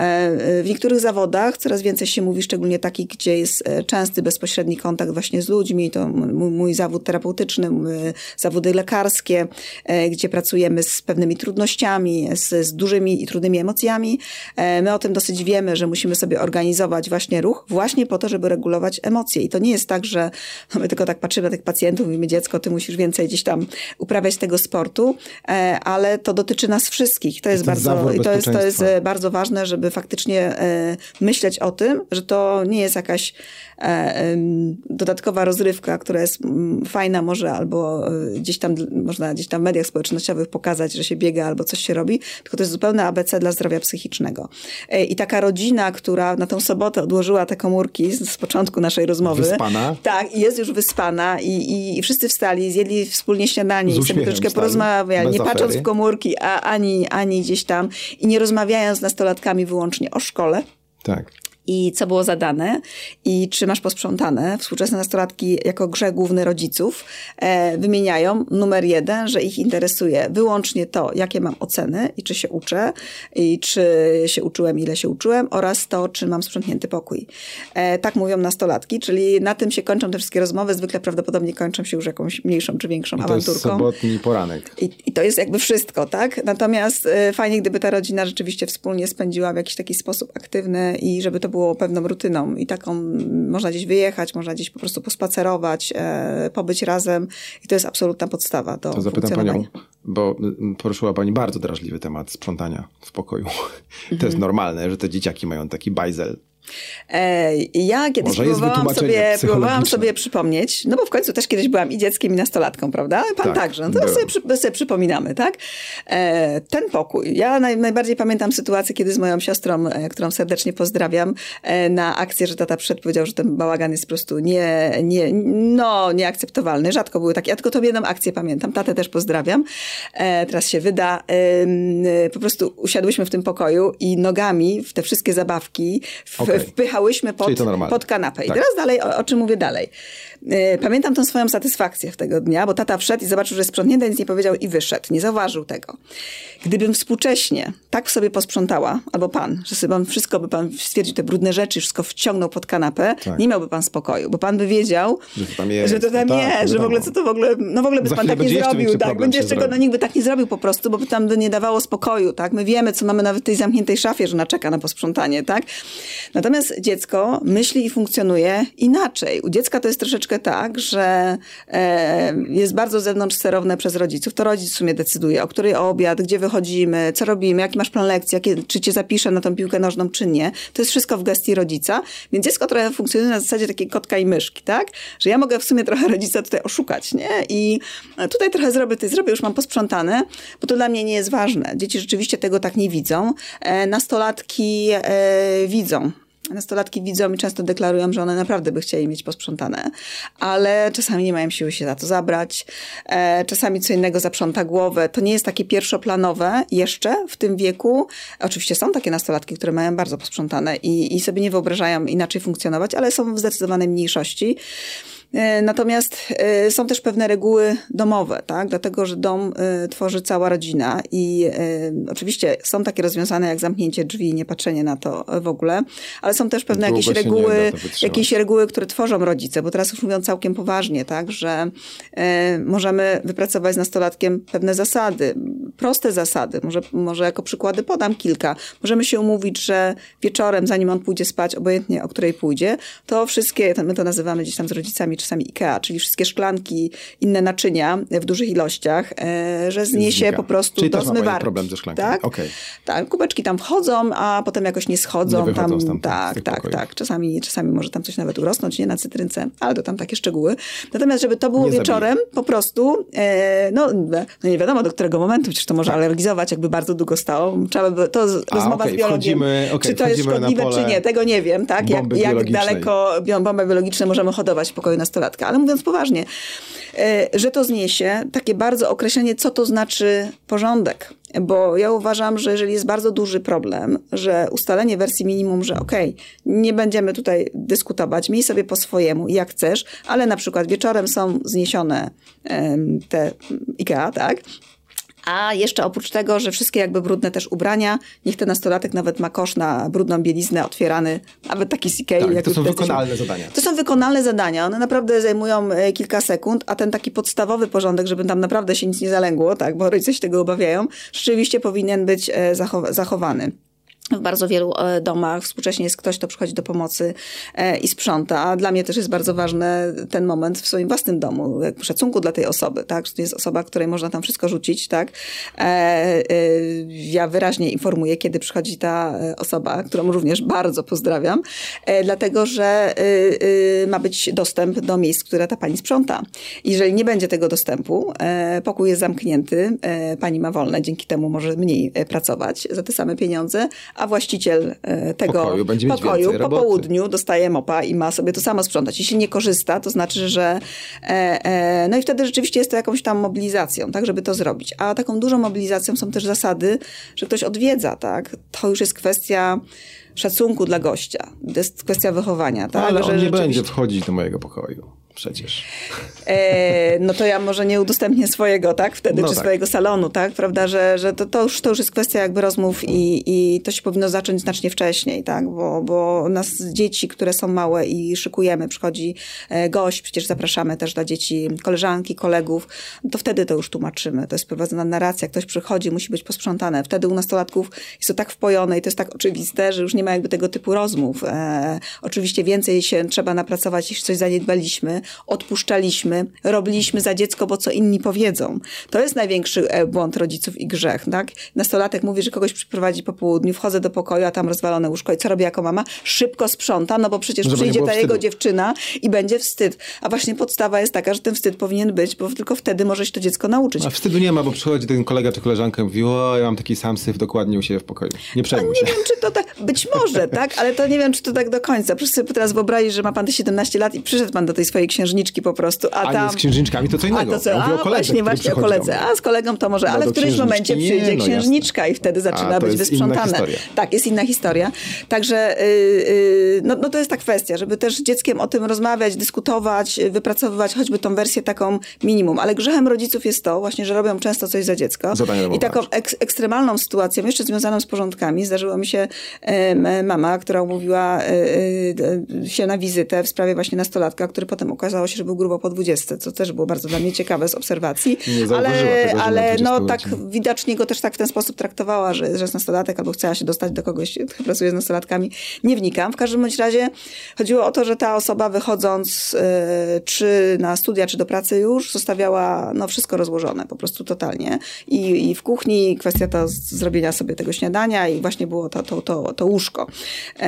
W niektórych zawodach coraz więcej się mówi, szczególnie takich, gdzie jest częsty, bezpośredni kontakt właśnie z ludźmi, to mój, mój zawód terapeutyczny, zawody lekarskie, gdzie pracujemy z pewnymi trudnościami, z, z dużymi i trudnymi emocjami. My o tym dosyć wiemy, że musimy sobie organizować właśnie ruch właśnie po to, żeby regulować emocje. I to nie jest tak, że my tylko tak patrzymy na tych pacjentów i mówimy, dziecko, ty musisz więcej gdzieś tam uprawiać tego sportu, ale to dotyczy nas wszystkich. To jest, bardzo, i to jest, to jest bardzo ważne, żeby faktycznie myśleć o tym, że to nie jest jakaś dodatkowa rozrywka, która jest fajna może, albo gdzieś tam można gdzieś tam w mediach społecznościowych pokazać, że się biega albo coś się robi, tylko to jest zupełne A B C dla zdrowia psychicznego. I taka rodzina, która na tą sobotę odłożyła te komórki z, z początku naszej rozmowy. Wyspana. Tak, i jest już wyspana i, i, i wszyscy wstali, zjedli wspólnie śniadanie i sobie troszeczkę porozmawiali, nie patrząc w komórki, a ani, ani gdzieś tam i nie rozmawiając z nastolatkami wyłącznie o szkole. Tak. I co było zadane i czy masz posprzątane. Współczesne nastolatki jako grzech główny rodziców e, wymieniają numer jeden, że ich interesuje wyłącznie to, jakie mam oceny i czy się uczę i czy się uczyłem, ile się uczyłem oraz to, czy mam sprzątnięty pokój. E, tak mówią nastolatki, czyli na tym się kończą te wszystkie rozmowy, zwykle prawdopodobnie kończą się już jakąś mniejszą czy większą I to awanturką. jest sobotni poranek. I, I to jest jakby wszystko, tak? Natomiast e, fajnie, gdyby ta rodzina rzeczywiście wspólnie spędziła w jakiś taki sposób aktywny i żeby to było było pewną rutyną i taką można gdzieś wyjechać, można gdzieś po prostu pospacerować, e, pobyć razem i to jest absolutna podstawa do To zapytam panią, bo poruszyła pani bardzo drażliwy temat sprzątania w pokoju. Mhm. To jest normalne, że te dzieciaki mają taki bajzel. Ja kiedyś próbowałam sobie, próbowałam sobie przypomnieć, no bo w końcu też kiedyś byłam i dzieckiem, i nastolatką, prawda? Pan tak, także, no to sobie, przy, sobie przypominamy, tak? Ten pokój. Ja naj, najbardziej pamiętam sytuację, kiedy z moją siostrą, którą serdecznie pozdrawiam, na akcję, że tata przyszedł, powiedział, że ten bałagan jest po prostu nie, nie, no, nieakceptowalny. Rzadko były takie. Ja tylko tą jedną akcję pamiętam. Tatę też pozdrawiam. Teraz się wyda. Po prostu usiadłyśmy w tym pokoju i nogami w te wszystkie zabawki w, okay. wpychałyśmy pod, pod kanapę. I tak. teraz dalej, o, o czym mówię dalej. Pamiętam tą swoją satysfakcję w tego dnia, bo tata wszedł i zobaczył, że jest sprzątnięte, nic nie powiedział i wyszedł. Nie zauważył tego. Gdybym współcześnie tak w sobie posprzątała, albo pan, że sobie pan wszystko by pan stwierdził, te brudne rzeczy, wszystko wciągnął pod kanapę, tak. nie miałby pan spokoju, bo pan by wiedział, że to tam jest, że, to tam no jest, tak, że w ogóle co to w ogóle, no w ogóle by pan tak nie zrobił, tak, będzie jeszcze go, no nikt by tak nie zrobił po prostu, bo by tam by nie dawało spokoju, tak. My wiemy, co mamy nawet w tej zamkniętej szafie, że ona czeka na posprzątanie, tak. Natomiast dziecko myśli i funkcjonuje inaczej. U dziecka to jest troszeczkę tak, że e, jest bardzo zewnątrz sterowne przez rodziców. To rodzic w sumie decyduje, o której obiad, gdzie wychodzimy, co robimy, jaki masz plan lekcji, jakie, czy cię zapiszę na tą piłkę nożną, czy nie. To jest wszystko w gestii rodzica. Więc dziecko trochę funkcjonuje na zasadzie takiej kotka i myszki, tak? Że ja mogę w sumie trochę rodzica tutaj oszukać, nie? I tutaj trochę zrobię, ty zrobię, już mam posprzątane, bo to dla mnie nie jest ważne. Dzieci rzeczywiście tego tak nie widzą. E, nastolatki e, widzą. Nastolatki widzą i często deklarują, że one naprawdę by chcieli mieć posprzątane, ale czasami nie mają siły się za to zabrać. E, czasami co innego zaprząta głowę. To nie jest takie pierwszoplanowe jeszcze w tym wieku. Oczywiście są takie nastolatki, które mają bardzo posprzątane i, i sobie nie wyobrażają inaczej funkcjonować, ale są w zdecydowanej mniejszości. Natomiast y, są też pewne reguły domowe, tak? Dlatego, że dom y, tworzy cała rodzina i y, oczywiście są takie rozwiązane jak zamknięcie drzwi i nie patrzenie na to w ogóle, ale są też pewne jakieś reguły, jakieś reguły, które tworzą rodzice, bo teraz już mówią całkiem poważnie, tak? Że y, możemy wypracować z nastolatkiem pewne zasady, proste zasady, może, może jako przykłady podam kilka. Możemy się umówić, że wieczorem, zanim on pójdzie spać, obojętnie o której pójdzie, to wszystkie, my to nazywamy gdzieś tam z rodzicami czasami IKEA, czyli wszystkie szklanki, inne naczynia w dużych ilościach, e, że zniesie Znika. po prostu czyli do zmywarki. Czyli problem ze szklankami. Tak? Okay. Tak, kubeczki tam wchodzą, a potem jakoś nie schodzą. Nie tam, tam, tak, tak, tak. Czasami, czasami może tam coś nawet urosnąć, nie na cytrynce, ale to tam takie szczegóły. Natomiast, żeby to było nie wieczorem, zabije. po prostu, e, no, no nie wiadomo do którego momentu, przecież to może tak. alergizować, jakby bardzo długo stało. Trzeba by, to a, rozmowa okay. z biologiem, wchodzimy, okay. czy to jest szkodliwe, czy nie. Tego nie wiem, tak? Jak, jak daleko bomby biologiczne możemy hodować w pokoju nastolatka. Ale mówiąc poważnie, że to zniesie, takie bardzo określenie, co to znaczy porządek. Bo ja uważam, że jeżeli jest bardzo duży problem, że ustalenie wersji minimum, że okej, okay, nie będziemy tutaj dyskutować, miej sobie po swojemu, jak chcesz, ale na przykład wieczorem są zniesione um, te IKEA, tak? A jeszcze oprócz tego, że wszystkie jakby brudne też ubrania, niech ten nastolatek nawet ma kosz na brudną bieliznę otwierany, nawet taki z Ikei. Tak, to są wykonalne zadania. To są wykonalne zadania. One naprawdę zajmują kilka sekund, a ten taki podstawowy porządek, żeby tam naprawdę się nic nie zalęgło, tak, bo rodzice się tego obawiają, rzeczywiście powinien być zachow- zachowany. W bardzo wielu domach współcześnie jest ktoś, kto przychodzi do pomocy i sprząta. A dla mnie też jest bardzo ważny ten moment w swoim własnym domu, szacunku dla tej osoby, tak? Że to jest osoba, której można tam wszystko rzucić, tak? Ja wyraźnie informuję, kiedy przychodzi ta osoba, którą również bardzo pozdrawiam, dlatego, że ma być dostęp do miejsc, które ta pani sprząta. Jeżeli nie będzie tego dostępu, pokój jest zamknięty, pani ma wolne, dzięki temu może mniej pracować za te same pieniądze, a właściciel tego pokoju, będzie pokoju po południu dostaje mopa i ma sobie to samo sprzątać. Jeśli nie korzysta, to znaczy, że e, e, no i wtedy rzeczywiście jest to jakąś tam mobilizacją, tak, żeby to zrobić. A taką dużą mobilizacją są też zasady, że ktoś odwiedza, tak. To już jest kwestia szacunku dla gościa. To jest kwestia wychowania, tak. Ale że on nie rzeczywiście... będzie wchodzić do mojego pokoju. Przecież. E, no to ja może nie udostępnię swojego, tak? Wtedy, no czy tak. swojego salonu, tak? Prawda, że, że to, to, już, to już jest kwestia jakby rozmów i, i to się powinno zacząć znacznie wcześniej, tak? Bo, bo nas dzieci, które są małe i szykujemy, przychodzi gość, przecież zapraszamy też dla dzieci koleżanki, kolegów, to wtedy to już tłumaczymy. To jest prowadzona narracja, ktoś przychodzi, musi być posprzątane. Wtedy u nastolatków jest to tak wpojone i to jest tak oczywiste, że już nie ma jakby tego typu rozmów. E, oczywiście więcej się trzeba napracować, jeśli coś zaniedbaliśmy, odpuszczaliśmy, robiliśmy za dziecko, bo co inni powiedzą. To jest największy błąd rodziców i grzech, tak? Nastolatek mówi, że kogoś przyprowadzi po południu, wchodzę do pokoju, a tam rozwalone łóżko i co robię jako mama? Szybko sprząta, no bo przecież Żeby przyjdzie ta wstydu. jego dziewczyna i będzie wstyd. A właśnie podstawa jest taka, że ten wstyd powinien być, bo tylko wtedy może się to dziecko nauczyć. A wstydu nie ma, bo przychodzi ten kolega czy koleżanka i mówi, o, ja mam taki sam syf dokładnie u siebie w pokoju. Nie przejmuj się. Nie wiem, czy to tak, być może, tak? Ale to nie wiem, czy to tak do końca. Proszę sobie teraz wyobrazić, że ma pan te siedemnaście lat i przyszedł pan do tej swojej księżniczki po prostu, a, a tam... nie z księżniczkami to co innego. A, to co? Ja mówię a o koledze, właśnie, właśnie o koledze. A z kolegą to może, no ale w którymś momencie przyjdzie nie, no księżniczka jasne. I wtedy zaczyna a, być wysprzątane. Tak, jest inna historia. Także yy, yy, no, no to jest ta kwestia, żeby też z dzieckiem o tym rozmawiać, dyskutować, wypracowywać choćby tą wersję taką minimum. Ale grzechem rodziców jest to właśnie, że robią często coś za dziecko. I taką ek- ekstremalną sytuacją, jeszcze związaną z porządkami, zdarzyło mi się yy, mama, która umówiła yy, yy, się na wizytę w sprawie właśnie nastolatka, który potem okazał okazało się, że był grubo po dwudziestce, co też było bardzo dla mnie ciekawe z obserwacji. Nie ale tego, ale no tak widocznie go też tak w ten sposób traktowała, że, że jest nastolatek albo chciała się dostać do kogoś, kto pracuje z nastolatkami. Nie wnikam. W każdym bądź razie chodziło o to, że ta osoba wychodząc y, czy na studia, czy do pracy już zostawiała no, wszystko rozłożone, po prostu totalnie. I, i w kuchni kwestia to zrobienia sobie tego śniadania i właśnie było to, to, to, to łóżko. E,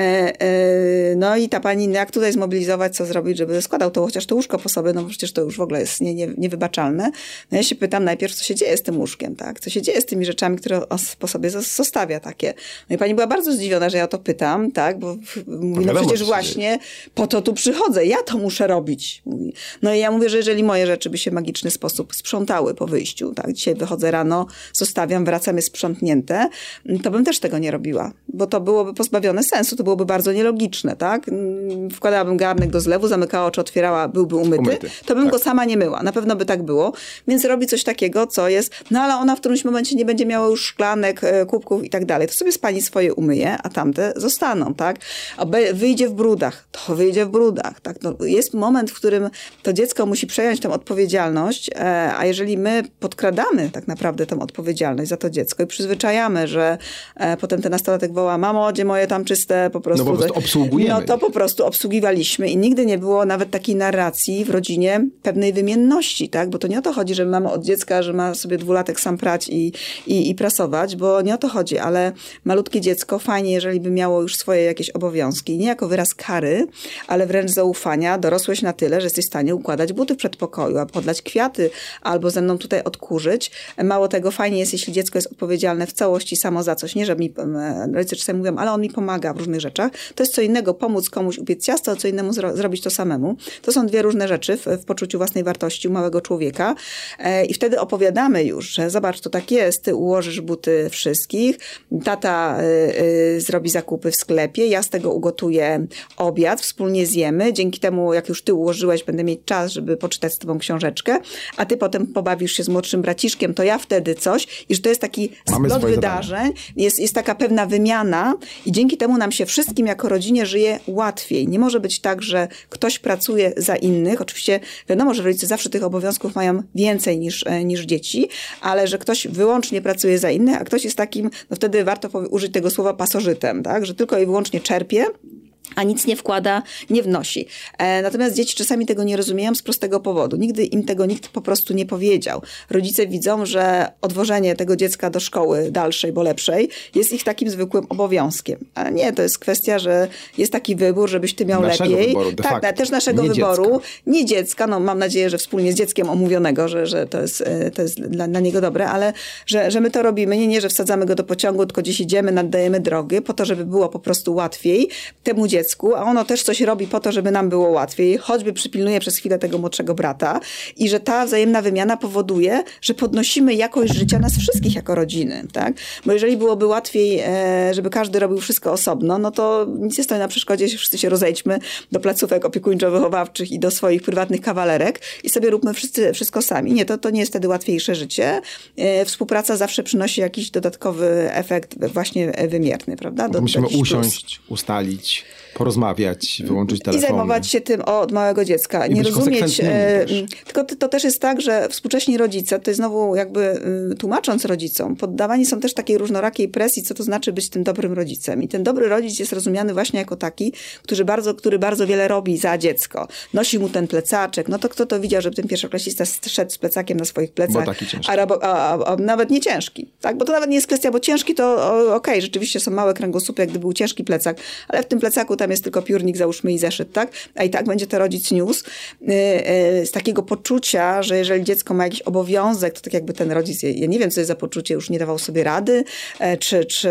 e, no i ta pani, jak tutaj zmobilizować, co zrobić, żeby składał to chociaż to łóżko po sobie, no bo przecież to już w ogóle jest nie, nie, niewybaczalne. No ja się pytam najpierw, co się dzieje z tym łóżkiem, tak? Co się dzieje z tymi rzeczami, które po sobie zostawia takie. No i pani była bardzo zdziwiona, że ja o to pytam, tak? Bo mówi, no przecież właśnie po to tu przychodzę, ja to muszę robić. Mówi. No i ja mówię, że jeżeli moje rzeczy by się w magiczny sposób sprzątały po wyjściu, tak? Dzisiaj wychodzę rano, zostawiam, wracam, jest sprzątnięte, to bym też tego nie robiła, bo to byłoby pozbawione sensu, to byłoby bardzo nielogiczne, tak? Wkładałabym garnek do zlewu, zamykała oczy, otwierała, byłby umyty, umyty. to bym tak. go sama nie myła. Na pewno by tak było. Więc robi coś takiego, co jest, no ale ona w którymś momencie nie będzie miała już szklanek, kubków i tak dalej. To sobie z pani swoje umyje, a tamte zostaną, tak? A wyjdzie w brudach, to wyjdzie w brudach, tak? No, jest moment, w którym to dziecko musi przejąć tę odpowiedzialność, a jeżeli my podkradamy tak naprawdę tę odpowiedzialność za to dziecko i przyzwyczajamy, że potem ten nastolatek woła, mamo, gdzie moje tam czyste, po prostu. No po prostu obsługujemy. No to po prostu obsługiwaliśmy i nigdy nie było nawet takiej narracji w rodzinie pewnej wymienności, tak? Bo to nie o to chodzi, że mamy od dziecka, że ma sobie dwulatek sam prać i, i, i prasować, bo nie o to chodzi, ale malutkie dziecko fajnie, jeżeli by miało już swoje jakieś obowiązki, nie jako wyraz kary, ale wręcz zaufania, dorosłeś na tyle, że jesteś w stanie układać buty w przedpokoju, a podlać kwiaty, albo ze mną tutaj odkurzyć. Mało tego, fajnie jest, jeśli dziecko jest odpowiedzialne w całości samo za coś, nie, że mi rodzice czasami mówią, ale on mi pomaga w różnych rzeczach. To jest co innego pomóc komuś upiec ciasto, a co innemu zro- zrobić to samemu. To są dwie różne rzeczy w, w poczuciu własnej wartości u małego człowieka. E, I wtedy opowiadamy już, że zobacz, to tak jest, ty ułożysz buty wszystkich, tata y, y, zrobi zakupy w sklepie, ja z tego ugotuję obiad, wspólnie zjemy. Dzięki temu, jak już ty ułożyłeś, będę mieć czas, żeby poczytać z tobą książeczkę, a ty potem pobawisz się z młodszym braciszkiem, to ja wtedy coś. I że to jest taki splot wydarzeń, jest, jest taka pewna wymiana i dzięki temu nam się wszystkim jako rodzinie żyje łatwiej. Nie może być tak, że ktoś pracuje za innych. Oczywiście wiadomo, że rodzice zawsze tych obowiązków mają więcej niż, niż dzieci, ale że ktoś wyłącznie pracuje za innych, a ktoś jest takim, no wtedy warto użyć tego słowa pasożytem, tak? Że tylko i wyłącznie czerpie, a nic nie wkłada, nie wnosi. E, natomiast dzieci czasami tego nie rozumieją z prostego powodu. Nigdy im tego nikt po prostu nie powiedział. Rodzice widzą, że odwożenie tego dziecka do szkoły dalszej, bo lepszej, jest ich takim zwykłym obowiązkiem. A nie, to jest kwestia, że jest taki wybór, żebyś ty miał naszego lepiej. Wyboru, de tak, facto. też naszego nie wyboru. Dziecka. Nie dziecka, no mam nadzieję, że wspólnie z dzieckiem omówionego, że, że to jest, to jest dla, dla niego dobre, ale że, że my to robimy. Nie, nie, że wsadzamy go do pociągu, tylko gdzieś idziemy, naddajemy drogi po to, żeby było po prostu łatwiej temu dziecku, a ono też coś robi po to, żeby nam było łatwiej, choćby przypilnuje przez chwilę tego młodszego brata i że ta wzajemna wymiana powoduje, że podnosimy jakość życia nas wszystkich jako rodziny, tak? Bo jeżeli byłoby łatwiej, żeby każdy robił wszystko osobno, no to nic nie stoi na przeszkodzie, że wszyscy się rozejdźmy do placówek opiekuńczo-wychowawczych i do swoich prywatnych kawalerek i sobie róbmy wszyscy wszystko sami. Nie, to, to nie jest wtedy łatwiejsze życie. Współpraca zawsze przynosi jakiś dodatkowy efekt właśnie wymierny, prawda? Do, musimy usiąść, plus. ustalić, porozmawiać, wyłączyć telefon. I zajmować się tym od małego dziecka. I nie rozumieć. E, też. Tylko to, to też jest tak, że współcześni rodzice, to jest znowu jakby tłumacząc rodzicom, poddawani są też takiej różnorakiej presji, co to znaczy być tym dobrym rodzicem. I ten dobry rodzic jest rozumiany właśnie jako taki, który bardzo, który bardzo wiele robi za dziecko. Nosi mu ten plecaczek. No to kto to widział, żeby ten pierwszoklasista szedł z plecakiem na swoich plecach. Bo taki ciężki. A, a, a, a nawet nie ciężki. Tak? Bo to nawet nie jest kwestia, bo ciężki to okej, okay, rzeczywiście są małe kręgosłupy, jak gdyby był ciężki plecak, ale w tym plecaku tam jest tylko piórnik, załóżmy, i zeszyt, tak? A i tak będzie to rodzic niósł yy, yy, z takiego poczucia, że jeżeli dziecko ma jakiś obowiązek, to tak jakby ten rodzic, ja nie wiem, co jest za poczucie, już nie dawał sobie rady, yy, czy, czy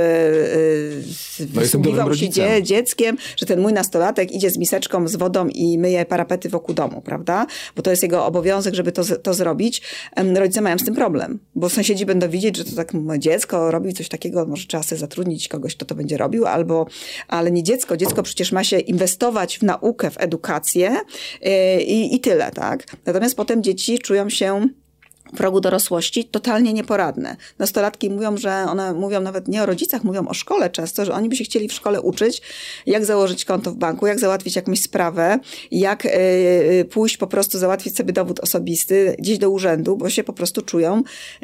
yy, no wysługiwał się dzie- dzieckiem, że ten mój nastolatek idzie z miseczką z wodą i myje parapety wokół domu, prawda? Bo to jest jego obowiązek, żeby to, to zrobić. Yy, rodzice mają z tym problem, bo sąsiedzi będą widzieć, że to tak dziecko robi coś takiego, może trzeba sobie zatrudnić kogoś, kto to będzie robił, albo, ale nie dziecko. Dziecko przecież ma się inwestować w naukę, w edukację yy, i tyle, tak? Natomiast potem dzieci czują się progu dorosłości, totalnie nieporadne. Nastolatki mówią, że one mówią nawet nie o rodzicach, mówią o szkole często, że oni by się chcieli w szkole uczyć, jak założyć konto w banku, jak załatwić jakąś sprawę, jak y, pójść po prostu załatwić sobie dowód osobisty gdzieś do urzędu, bo się po prostu czują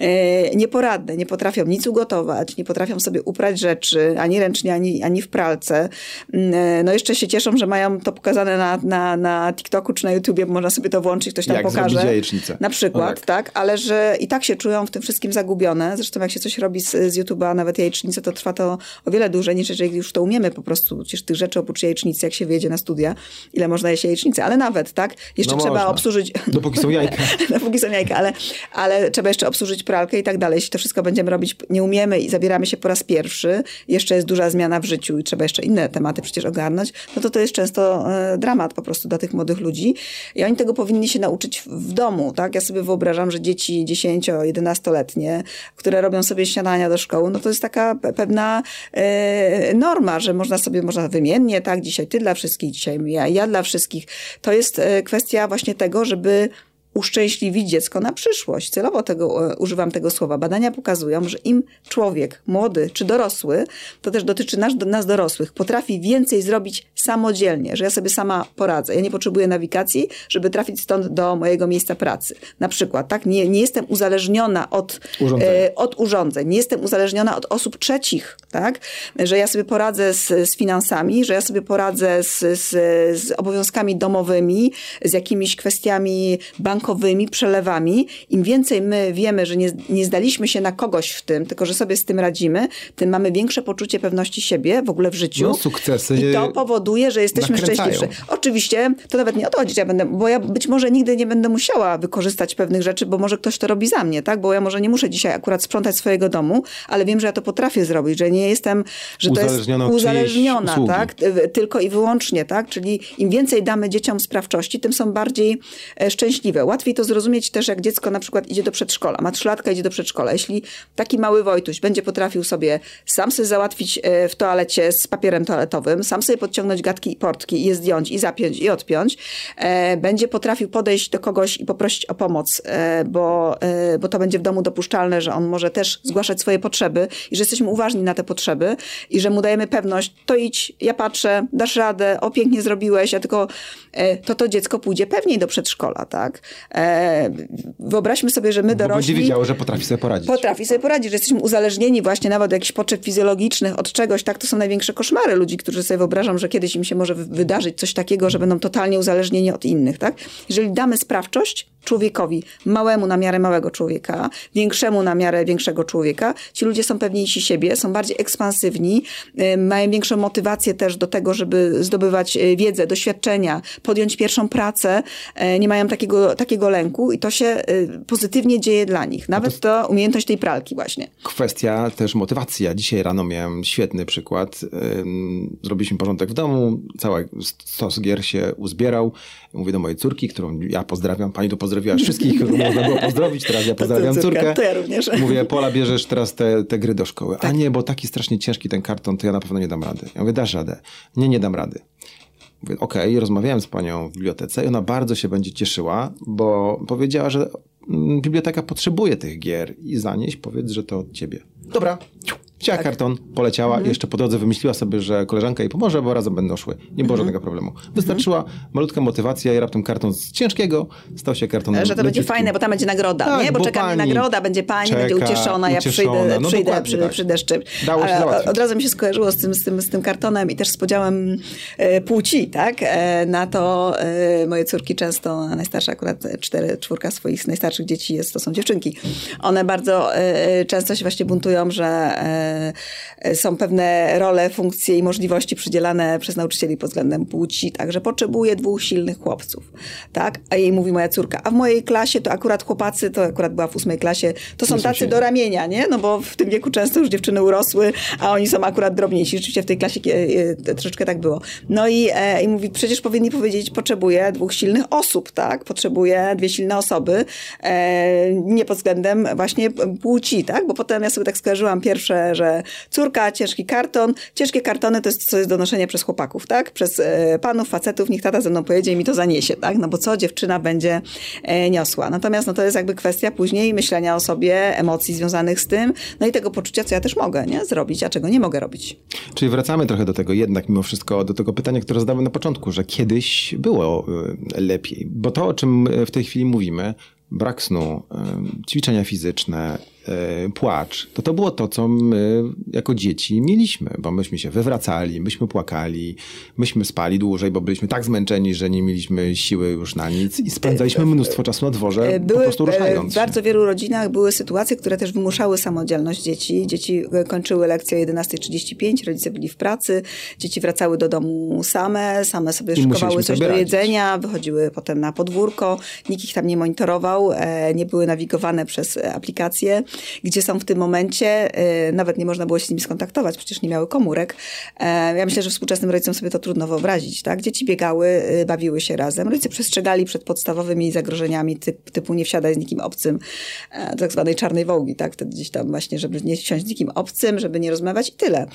y, nieporadne, nie potrafią nic ugotować, nie potrafią sobie uprać rzeczy, ani ręcznie, ani, ani w pralce. Y, no jeszcze się cieszą, że mają to pokazane na, na, na TikToku czy na YouTubie, bo można sobie to włączyć, ktoś tam jak pokaże. zrobić jajecznicę. Na przykład, no tak. tak, ale że i tak się czują w tym wszystkim zagubione. Zresztą jak się coś robi z, z YouTube'a, nawet jajecznicę, to trwa to o wiele dłużej, niż jeżeli już to umiemy po prostu. Przecież tych rzeczy oprócz jajecznicy, jak się wyjedzie na studia, ile można jeść jajecznicy, ale nawet, tak? Jeszcze no trzeba można. obsłużyć... Dopóki są jajka. Dopóki są jajka, ale, ale trzeba jeszcze obsłużyć pralkę i tak dalej. Jeśli to wszystko będziemy robić, nie umiemy i zabieramy się po raz pierwszy, jeszcze jest duża zmiana w życiu i trzeba jeszcze inne tematy przecież ogarnąć, no to to jest często e, dramat po prostu dla tych młodych ludzi. I oni tego powinni się nauczyć w, w domu, tak? Ja sobie wyobrażam, że dzieci dziesięcio-jedenastoletnie, które robią sobie śniadania do szkoły, no to jest taka pewna e, norma, że można sobie, można wymiennie, tak? Dzisiaj ty dla wszystkich, dzisiaj ja, ja dla wszystkich. To jest e, kwestia właśnie tego, żeby uszczęśliwić dziecko na przyszłość. Celowo tego, e, używam tego słowa. Badania pokazują, że im człowiek, młody czy dorosły, to też dotyczy nas, nas dorosłych, potrafi więcej zrobić samodzielnie, że ja sobie sama poradzę. Ja nie potrzebuję nawigacji, żeby trafić stąd do mojego miejsca pracy. Na przykład, tak? Nie, nie jestem uzależniona od urządzeń. E, od urządzeń. Nie jestem uzależniona od osób trzecich, tak? Że ja sobie poradzę z, z finansami, że ja sobie poradzę z, z, z obowiązkami domowymi, z jakimiś kwestiami bankowymi, przelewami. Im więcej my wiemy, że nie, nie zdaliśmy się na kogoś w tym, tylko że sobie z tym radzimy, tym mamy większe poczucie pewności siebie w ogóle w życiu. No, sukcesy I to powoduje, że jesteśmy nakręcają. szczęśliwsi. Oczywiście to nawet nie o to chodzi, że ja będę, bo ja być może nigdy nie będę musiała wykorzystać pewnych rzeczy, bo może ktoś to robi za mnie, tak? Bo ja może nie muszę dzisiaj akurat sprzątać swojego domu, ale wiem, że ja to potrafię zrobić, że nie jestem, że to jest uzależniona, tak? Tylko i wyłącznie, tak? Czyli im więcej damy dzieciom sprawczości, tym są bardziej szczęśliwe. Łatwiej to zrozumieć też, jak dziecko na przykład idzie do przedszkola, ma trzylatka, idzie do przedszkola. Jeśli taki mały Wojtuś będzie potrafił sobie sam sobie załatwić w toalecie z papierem toaletowym, sam sobie podciągnąć gadki i portki i je zdjąć i zapiąć i odpiąć, e, będzie potrafił podejść do kogoś i poprosić o pomoc, e, bo, e, bo to będzie w domu dopuszczalne, że on może też zgłaszać swoje potrzeby i że jesteśmy uważni na te potrzeby i że mu dajemy pewność, to idź, ja patrzę, dasz radę, o pięknie zrobiłeś, a tylko e, to to dziecko pójdzie pewniej do przedszkola, tak? E, wyobraźmy sobie, że my dorośli... Bo będzie wiedziało, że potrafi sobie poradzić. Potrafi sobie poradzić, że jesteśmy uzależnieni właśnie nawet od jakichś potrzeb fizjologicznych, od czegoś, tak? To są największe koszmary ludzi, którzy sobie wyobrażam, że kiedyś im się może wydarzyć coś takiego, że będą totalnie uzależnieni od innych, tak? Jeżeli damy sprawczość człowiekowi, małemu na miarę małego człowieka, większemu na miarę większego człowieka, ci ludzie są pewniejsi siebie, są bardziej ekspansywni, y, mają większą motywację też do tego, żeby zdobywać y, wiedzę, doświadczenia, podjąć pierwszą pracę, y, nie mają takiego, takiego lęku i to się y, pozytywnie dzieje dla nich. Nawet to... to umiejętność tej pralki właśnie. Kwestia też motywacji. Ja dzisiaj rano miałem świetny przykład. Zrobiliśmy porządek w domu, cały stos gier się uzbierał. Mówię do mojej córki, którą ja pozdrawiam. Pani tu pozdrowiła wszystkich, kogo można było pozdrowić. Teraz ja pozdrawiam to córka, córkę. To ja również. Mówię, Pola, bierzesz teraz te, te gry do szkoły. Tak. A nie, bo taki strasznie ciężki ten karton, to ja na pewno nie dam rady. Ja mówię, dasz radę. Nie, nie dam rady. Mówię, okej, okay. Rozmawiałem z panią w bibliotece i ona bardzo się będzie cieszyła, bo powiedziała, że biblioteka potrzebuje tych gier i zanieś, powiedz, że to od ciebie. Dobra. Wzięła tak. karton, poleciała i jeszcze po drodze wymyśliła sobie, że koleżanka jej pomoże, bo razem będą szły. Nie było żadnego problemu. Wystarczyła malutka motywacja i raptem karton z ciężkiego stał się karton Że to leciutki. będzie fajne, bo tam będzie nagroda, tak, nie? Bo, bo czeka mnie nagroda, będzie pani, czeka, będzie ucieszona, ja ucieszona. przyjdę, No przyjdę, przyjdę, tak. przyjdę z czymś. Dało się załatwić. Od razu mi się skojarzyło z tym, z tym, z tym kartonem i też z podziałem e, płci, tak? E, na to e, moje córki często, najstarsza akurat cztery, czwórka swoich najstarszych dzieci jest, to są dziewczynki. One bardzo e, często się właśnie buntują, że e, są pewne role, funkcje i możliwości przydzielane przez nauczycieli pod względem płci, także potrzebuję dwóch silnych chłopców, tak? A jej mówi moja córka, a w mojej klasie to akurat chłopacy, to akurat była w ósmej klasie, to są tacy do ramienia, nie? No bo w tym wieku często już dziewczyny urosły, a oni są akurat drobniejsi. Rzeczywiście w tej klasie e, troszeczkę tak było. No i, e, i mówi, przecież powinni powiedzieć, potrzebuję dwóch silnych osób, tak? Potrzebuję dwie silne osoby, e, nie pod względem właśnie płci, tak? Bo potem ja sobie tak skojarzyłam pierwsze że, że córka, ciężki karton. Ciężkie kartony to jest, co jest do noszenia przez chłopaków, tak? Przez e, panów, facetów, niech tata ze mną pojedzie i mi to zaniesie, tak? No bo co dziewczyna będzie e, niosła. Natomiast no to jest jakby kwestia później myślenia o sobie, emocji związanych z tym, no i tego poczucia, co ja też mogę, nie? Zrobić, a czego nie mogę robić. Czyli wracamy trochę do tego jednak mimo wszystko, do tego pytania, które zadałem na początku, że kiedyś było y, lepiej. Bo to, o czym w tej chwili mówimy, brak snu, y, ćwiczenia fizyczne, y, płacz, to to było to, co my jako dzieci mieliśmy, bo myśmy się wywracali, myśmy płakali, myśmy spali dłużej, bo byliśmy tak zmęczeni, że nie mieliśmy siły już na nic i spędzaliśmy mnóstwo czasu na dworze, były, po prostu ruszając. W bardzo wielu rodzinach były sytuacje, które też wymuszały samodzielność dzieci. Dzieci kończyły lekcje o jedenasta trzydzieści pięć, rodzice byli w pracy, dzieci wracały do domu same, same sobie I szykowały coś do jedzenia, wychodziły potem na podwórko, nikt ich tam nie monitorował, nie były nawigowane przez aplikacje, gdzie są w tym momencie, nawet nie można było się z nimi skontaktować, przecież nie miały komórek. Ja myślę, że współczesnym rodzicom sobie to trudno wyobrazić, tak? Dzieci biegały, bawiły się razem, rodzice przestrzegali przed podstawowymi zagrożeniami typ, typu nie wsiadaj z nikim obcym, tak zwanej czarnej wołgi, tak? Wtedy gdzieś tam właśnie, żeby nie wsiąść z nikim obcym, żeby nie rozmawiać i tyle.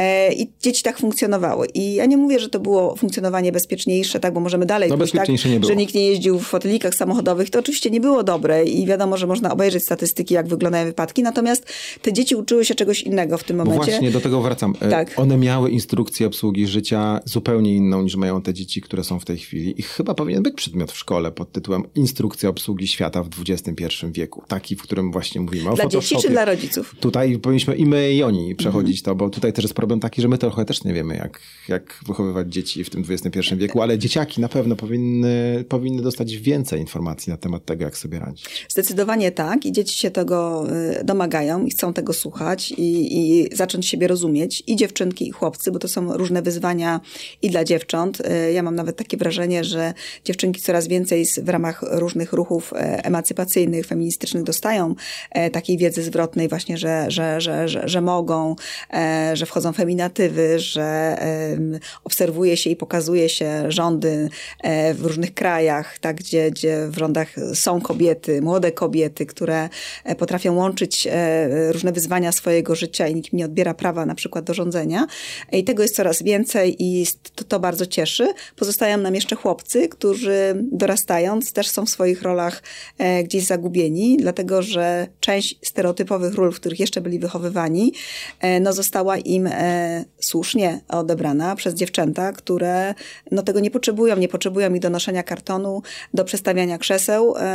I dzieci tak funkcjonowały. I ja nie mówię, że to było funkcjonowanie bezpieczniejsze, tak? Bo możemy dalej no, pójść, tak? Nie że nikt nie jeździł w fotelikach samochodowych. To oczywiście nie było dobre i wiadomo, że można obejrzeć statystyki, jak wyglądają wypadki. Natomiast te dzieci uczyły się czegoś innego w tym momencie. Bo właśnie do tego wracam. Tak. One miały instrukcję obsługi życia zupełnie inną niż mają te dzieci, które są w tej chwili. I chyba powinien być przedmiot w szkole pod tytułem Instrukcja obsługi świata w dwudziestym pierwszym wieku. Taki, w którym właśnie mówimy o Dla Photoshopie. dzieci czy dla rodziców? Tutaj powinniśmy i my i oni przechodzić mm. to, bo tutaj też jest problem taki, że my trochę też nie wiemy, jak, jak wychowywać dzieci w tym dwudziestym pierwszym wieku, ale dzieciaki na pewno powinny, powinny dostać więcej informacji na temat tego, jak sobie radzić. Zdecydowanie tak i dzieci się tego domagają i chcą tego słuchać i, i zacząć siebie rozumieć. I dziewczynki, i chłopcy, bo to są różne wyzwania i dla dziewcząt. Ja mam nawet takie wrażenie, że dziewczynki coraz więcej w ramach różnych ruchów emancypacyjnych, feministycznych dostają takiej wiedzy zwrotnej właśnie, że, że, że, że, że mogą, że wchodzą feminatywy, że obserwuje się i pokazuje się rządy w różnych krajach, tak, gdzie, gdzie w rządach są kobiety, młode kobiety, które potrafią łączyć różne wyzwania swojego życia i nikt im nie odbiera prawa na przykład do rządzenia. I tego jest coraz więcej i to, to bardzo cieszy. Pozostają nam jeszcze chłopcy, którzy dorastając też są w swoich rolach gdzieś zagubieni, dlatego że część stereotypowych ról, w których jeszcze byli wychowywani, no została im słusznie odebrana przez dziewczęta, które no tego nie potrzebują, nie potrzebują ich do noszenia kartonu, do przestawiania krzeseł, e,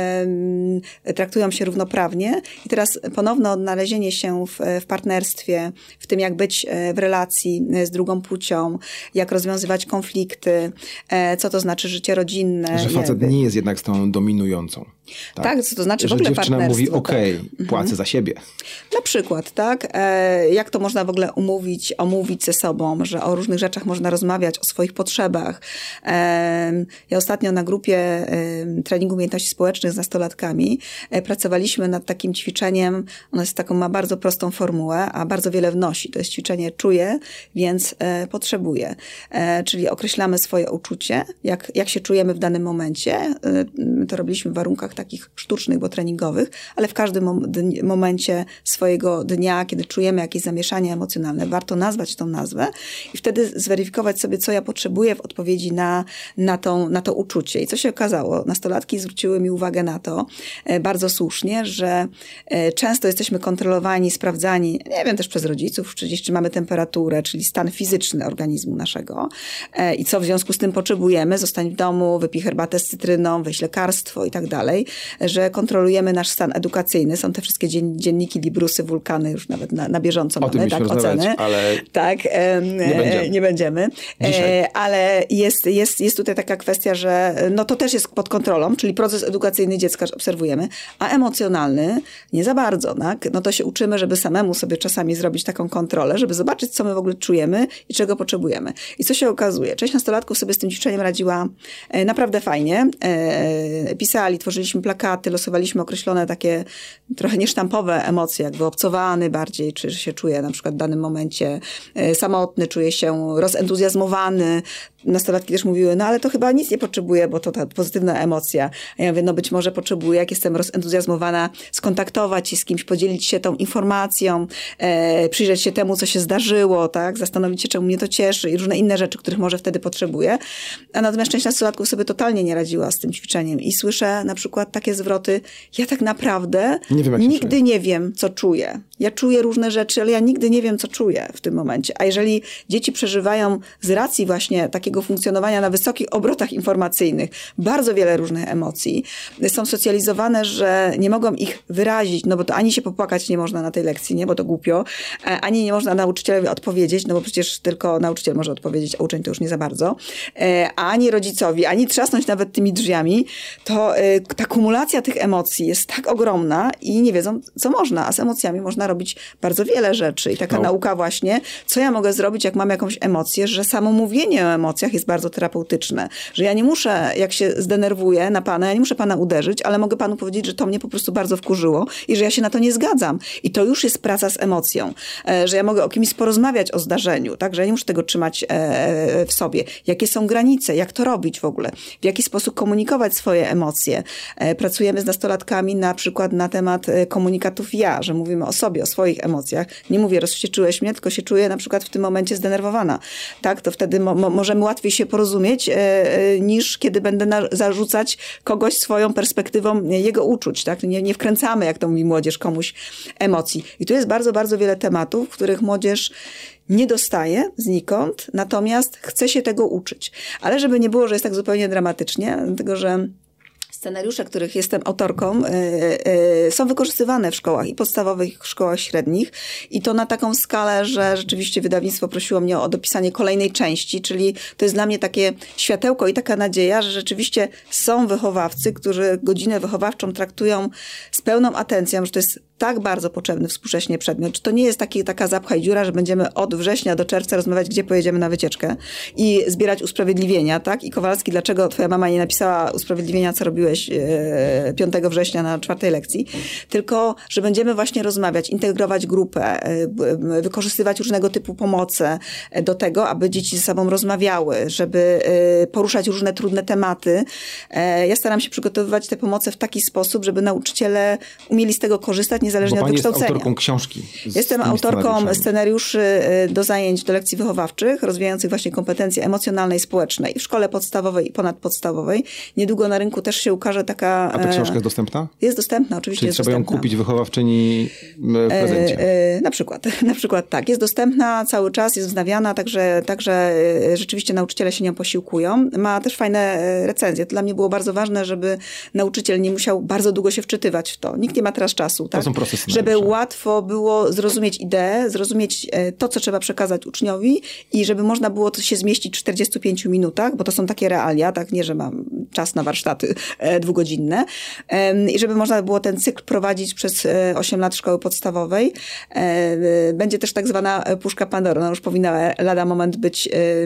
e, traktują się równoprawnie i teraz ponowne odnalezienie się w, w partnerstwie, w tym jak być w relacji z drugą płcią, jak rozwiązywać konflikty, e, co to znaczy życie rodzinne. Że facet nie, nie jest jednak z tą dominującą. Tak, tak co to znaczy że w ogóle dziewczyna partnerstwo. mówi okej, okay, płacę mhm. za siebie. Na przykład, tak? E, jak to można w ogóle umówić, omówić ze sobą, że o różnych rzeczach można rozmawiać, o swoich potrzebach. E, ja ostatnio na grupie e, treningu umiejętności społecznych z nastolatkami e, pracowaliśmy nad takim ćwiczeniem. Ono jest taką, ma bardzo prostą formułę, a bardzo wiele wnosi. To jest ćwiczenie czuję, więc e, potrzebuję. E, czyli określamy swoje uczucie, jak, jak się czujemy w danym momencie. E, to robiliśmy w warunkach takich sztucznych, bo treningowych, ale w każdym mom- momencie swojego dnia, kiedy czujemy jakieś zamieszanie emocjonalne, warto nazwać tą nazwę i wtedy zweryfikować sobie, co ja potrzebuję w odpowiedzi na, na, tą, na to uczucie. I co się okazało? Nastolatki zwróciły mi uwagę na to, e, bardzo słusznie, że e, często jesteśmy kontrolowani, sprawdzani, nie wiem, też przez rodziców, czy gdzieś, czy mamy temperaturę, czyli stan fizyczny organizmu naszego e, i co w związku z tym potrzebujemy, zostań w domu, wypij herbatę z cytryną, weź lekarstwo i tak dalej, że kontrolujemy nasz stan edukacyjny. Są te wszystkie dzien- dzienniki, librusy, wulkany, już nawet na, na bieżąco o mamy, tak, oceny. Ale tak, e, nie będziemy. Nie będziemy. E, ale jest, jest, jest tutaj taka kwestia, że no to też jest pod kontrolą, czyli proces edukacyjny dziecka obserwujemy, a emocjonalny nie za bardzo, tak? No to się uczymy, żeby samemu sobie czasami zrobić taką kontrolę, żeby zobaczyć, co my w ogóle czujemy i czego potrzebujemy. I co się okazuje? Część nastolatków sobie z tym ćwiczeniem radziła e, naprawdę fajnie. E, pisali, tworzyliśmy plakaty, losowaliśmy określone takie trochę niesztampowe emocje, jak wyobcowany bardziej, czy się czuje na przykład w danym momencie e, samotny, czuje się rozentuzjazmowany. Nastolatki też mówiły, no ale to chyba nic nie potrzebuję, bo to ta pozytywna emocja. A ja mówię, no być może potrzebuję, jak jestem rozentuzjazmowana, skontaktować skontaktować się z kimś, podzielić się tą informacją, e, przyjrzeć się temu, co się zdarzyło, tak? Zastanowić się, czemu mnie to cieszy i różne inne rzeczy, których może wtedy potrzebuje. A natomiast część nastolatków sobie totalnie nie radziła z tym ćwiczeniem i słyszę na przykład takie zwroty, ja tak naprawdę nie wiem, nigdy nie wiem, co czuję. Ja czuję różne rzeczy, ale ja nigdy nie wiem, co czuję w tym momencie. A jeżeli dzieci przeżywają z racji właśnie takiego funkcjonowania na wysokich obrotach informacyjnych bardzo wiele różnych emocji, są socjalizowane, że nie mogą ich wyrazić, no bo to ani się popłakać nie można na tej lekcji, nie, bo to głupio, ani nie można nauczycielowi odpowiedzieć, no bo przecież tylko nauczyciel może odpowiedzieć, a uczeń to już nie za bardzo, ani rodzicowi, ani trzasnąć nawet tymi drzwiami, to ta kumulacja tych emocji jest tak ogromna i nie wiedzą, co można, a z emocjami można robić bardzo wiele rzeczy. I taka no. nauka właśnie, co ja mogę zrobić, jak mam jakąś emocję, że samo mówienie o emocjach jest bardzo terapeutyczne. Że ja nie muszę, jak się zdenerwuję na pana, ja nie muszę pana uderzyć, ale mogę panu powiedzieć, że to mnie po prostu bardzo wkurzyło i że ja się na to nie zgadzam. I to już jest praca z emocją. Że ja mogę o kimś porozmawiać o zdarzeniu, tak? Że ja nie muszę tego trzymać w sobie. Jakie są granice? Jak to robić w ogóle? W jaki sposób komunikować swoje emocje? Pracujemy z nastolatkami na przykład na temat komunikatów ja, że mówimy o sobie, o swoich emocjach. Nie mówię, rozwścieczyłeś mnie, tylko się czuję na przykład w tym momencie zdenerwowana. Tak? To wtedy mo- mo- możemy łatwiej się porozumieć, e, e, niż kiedy będę na- zarzucać kogoś swoją perspektywą jego uczuć. Tak? Nie, nie wkręcamy, jak to mówi młodzież, komuś emocji. I tu jest bardzo, bardzo wiele tematów, w których młodzież nie dostaje znikąd, natomiast chce się tego uczyć. Ale żeby nie było, że jest tak zupełnie dramatycznie, dlatego że scenariusze, których jestem autorką, y, y, są wykorzystywane w szkołach i podstawowych, i w szkołach średnich. I to na taką skalę, że rzeczywiście wydawnictwo prosiło mnie o dopisanie kolejnej części, czyli to jest dla mnie takie światełko i taka nadzieja, że rzeczywiście są wychowawcy, którzy godzinę wychowawczą traktują z pełną atencją, że to jest tak bardzo potrzebny współcześnie przedmiot, że to nie jest taki, taka zapchaj dziura, że będziemy od września do czerwca rozmawiać, gdzie pojedziemy na wycieczkę i zbierać usprawiedliwienia, tak? I Kowalski, dlaczego twoja mama nie napisała usprawiedliwienia, co robiłeś piątego września na czwartej lekcji, tylko, że będziemy właśnie rozmawiać, integrować grupę, wykorzystywać różnego typu pomoce do tego, aby dzieci ze sobą rozmawiały, żeby poruszać różne trudne tematy. Ja staram się przygotowywać te pomoce w taki sposób, żeby nauczyciele umieli z tego korzystać, niezależnie Bo od wykształcenia. Jest autorką książki. Jestem autorką scenariuszy do zajęć, do lekcji wychowawczych, rozwijających właśnie kompetencje emocjonalne i społeczne i w szkole podstawowej i ponadpodstawowej. Niedługo na rynku też się ukaże taka... A ta książka jest dostępna? Jest dostępna, oczywiście. Czyli jest trzeba dostępna. ją kupić wychowawczyni w prezencie. E, e, na przykład, na przykład tak. Jest dostępna cały czas, jest wznawiana, także, także rzeczywiście nauczyciele się nią posiłkują. Ma też fajne recenzje. To dla mnie było bardzo ważne, żeby nauczyciel nie musiał bardzo długo się wczytywać w to. Nikt nie ma teraz czasu, tak? To są proste Żeby łatwo było zrozumieć ideę, zrozumieć to, co trzeba przekazać uczniowi i żeby można było to się zmieścić w czterdziestu pięciu minutach, bo to są takie realia, tak? Nie, że mam czas na warsztaty dwugodzinne. I żeby można było ten cykl prowadzić przez osiem lat szkoły podstawowej. Będzie też tak zwana puszka Pandory. Ona już powinna lada moment być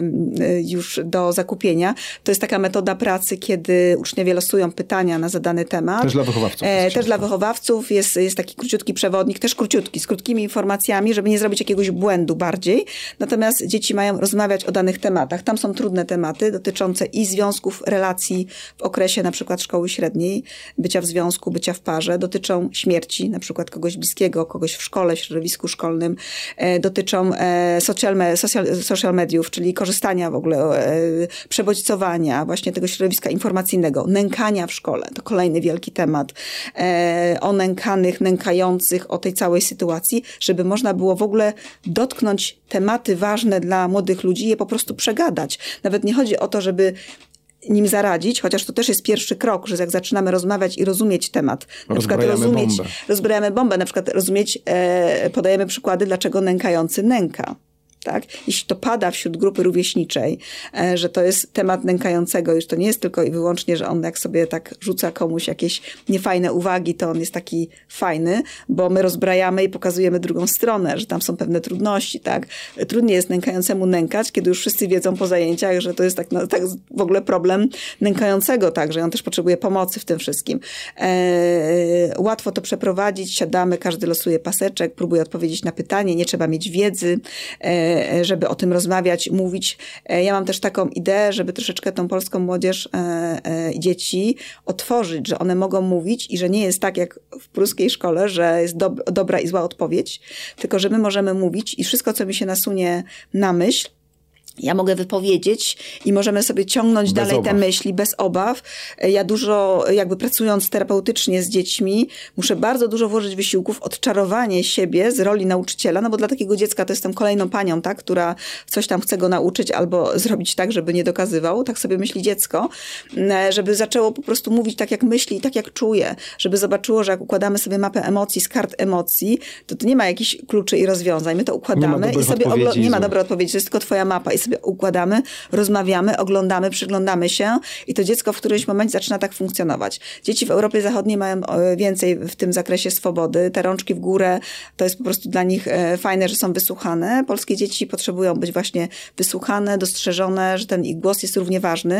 już do zakupienia. To jest taka metoda pracy, kiedy uczniowie losują pytania na zadany temat. Też dla wychowawców. Też dla wychowawców jest, jest taki króciutki przewodnik, też króciutki, z krótkimi informacjami, żeby nie zrobić jakiegoś błędu bardziej. Natomiast dzieci mają rozmawiać o danych tematach. Tam są trudne tematy dotyczące i związków, relacji w okresie na przykład szkoły średniej, bycia w związku, bycia w parze. Dotyczą śmierci, na przykład kogoś bliskiego, kogoś w szkole, w środowisku szkolnym. E, dotyczą e, social, social, social mediów, czyli korzystania w ogóle, e, przebodźcowania właśnie tego środowiska informacyjnego, nękania w szkole. To kolejny wielki temat. E, o nękanych, nękających, o tej całej sytuacji, żeby można było w ogóle dotknąć tematy ważne dla młodych ludzi i je po prostu przegadać. Nawet nie chodzi o to, żeby nim zaradzić, chociaż to też jest pierwszy krok, że jak zaczynamy rozmawiać i rozumieć temat, na przykład rozumieć, bombę. rozbrajamy bombę, na przykład rozumieć, e, podajemy przykłady, dlaczego nękający nęka. Tak? Jeśli to pada wśród grupy rówieśniczej, e, że to jest temat nękającego, już to nie jest tylko i wyłącznie, że on jak sobie tak rzuca komuś jakieś niefajne uwagi, to on jest taki fajny, bo my rozbrajamy i pokazujemy drugą stronę, że tam są pewne trudności. Tak? Trudniej jest nękającemu nękać, kiedy już wszyscy wiedzą po zajęciach, że to jest tak, no, tak w ogóle problem nękającego, tak? Że on też potrzebuje pomocy w tym wszystkim. E, łatwo to przeprowadzić, siadamy, każdy losuje paseczek, próbuje odpowiedzieć na pytanie, nie trzeba mieć wiedzy, żeby o tym rozmawiać, mówić. Ja mam też taką ideę, żeby troszeczkę tą polską młodzież i dzieci otworzyć, że one mogą mówić i że nie jest tak jak w pruskiej szkole, że jest do, dobra i zła odpowiedź, tylko że my możemy mówić i wszystko, co mi się nasunie na myśl, ja mogę wypowiedzieć i możemy sobie ciągnąć bez dalej obaw. Te myśli bez obaw. Ja dużo, jakby pracując terapeutycznie z dziećmi, muszę bardzo dużo włożyć wysiłków w odczarowanie siebie z roli nauczyciela, no bo dla takiego dziecka to jestem kolejną panią, tak, która coś tam chce go nauczyć albo zrobić tak, żeby nie dokazywał. Tak sobie myśli dziecko, żeby zaczęło po prostu mówić tak, jak myśli i tak, jak czuje. Żeby zobaczyło, że jak układamy sobie mapę emocji z kart emocji, to to nie ma jakichś kluczy i rozwiązań. My to układamy i sobie oglo- nie ma dobrej odpowiedzi, to jest tylko twoja mapa i sobie układamy, rozmawiamy, oglądamy, przyglądamy się i to dziecko w którymś momencie zaczyna tak funkcjonować. Dzieci w Europie Zachodniej mają więcej w tym zakresie swobody. Te rączki w górę to jest po prostu dla nich fajne, że są wysłuchane. Polskie dzieci potrzebują być właśnie wysłuchane, dostrzeżone, że ten ich głos jest równie ważny.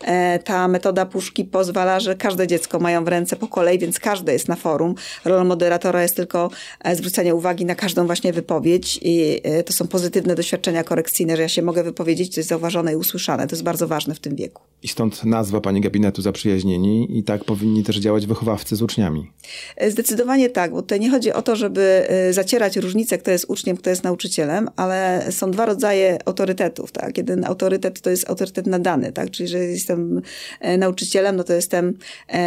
Ta metoda puszki pozwala, że każde dziecko mają w ręce po kolei, więc każde jest na forum. Rolą moderatora jest tylko zwrócenie uwagi na każdą właśnie wypowiedź i to są pozytywne doświadczenia korekcyjne, że ja się mogę wypowiedzieć, co jest zauważone i usłyszane. To jest bardzo ważne w tym wieku. I stąd nazwa pani gabinetu Zaprzyjaźnieni i tak powinni też działać wychowawcy z uczniami. Zdecydowanie tak, bo tutaj nie chodzi o to, żeby zacierać różnicę, kto jest uczniem, kto jest nauczycielem, ale są dwa rodzaje autorytetów. Tak? Jeden autorytet to jest autorytet nadany, tak? Czyli że jestem nauczycielem, no to jestem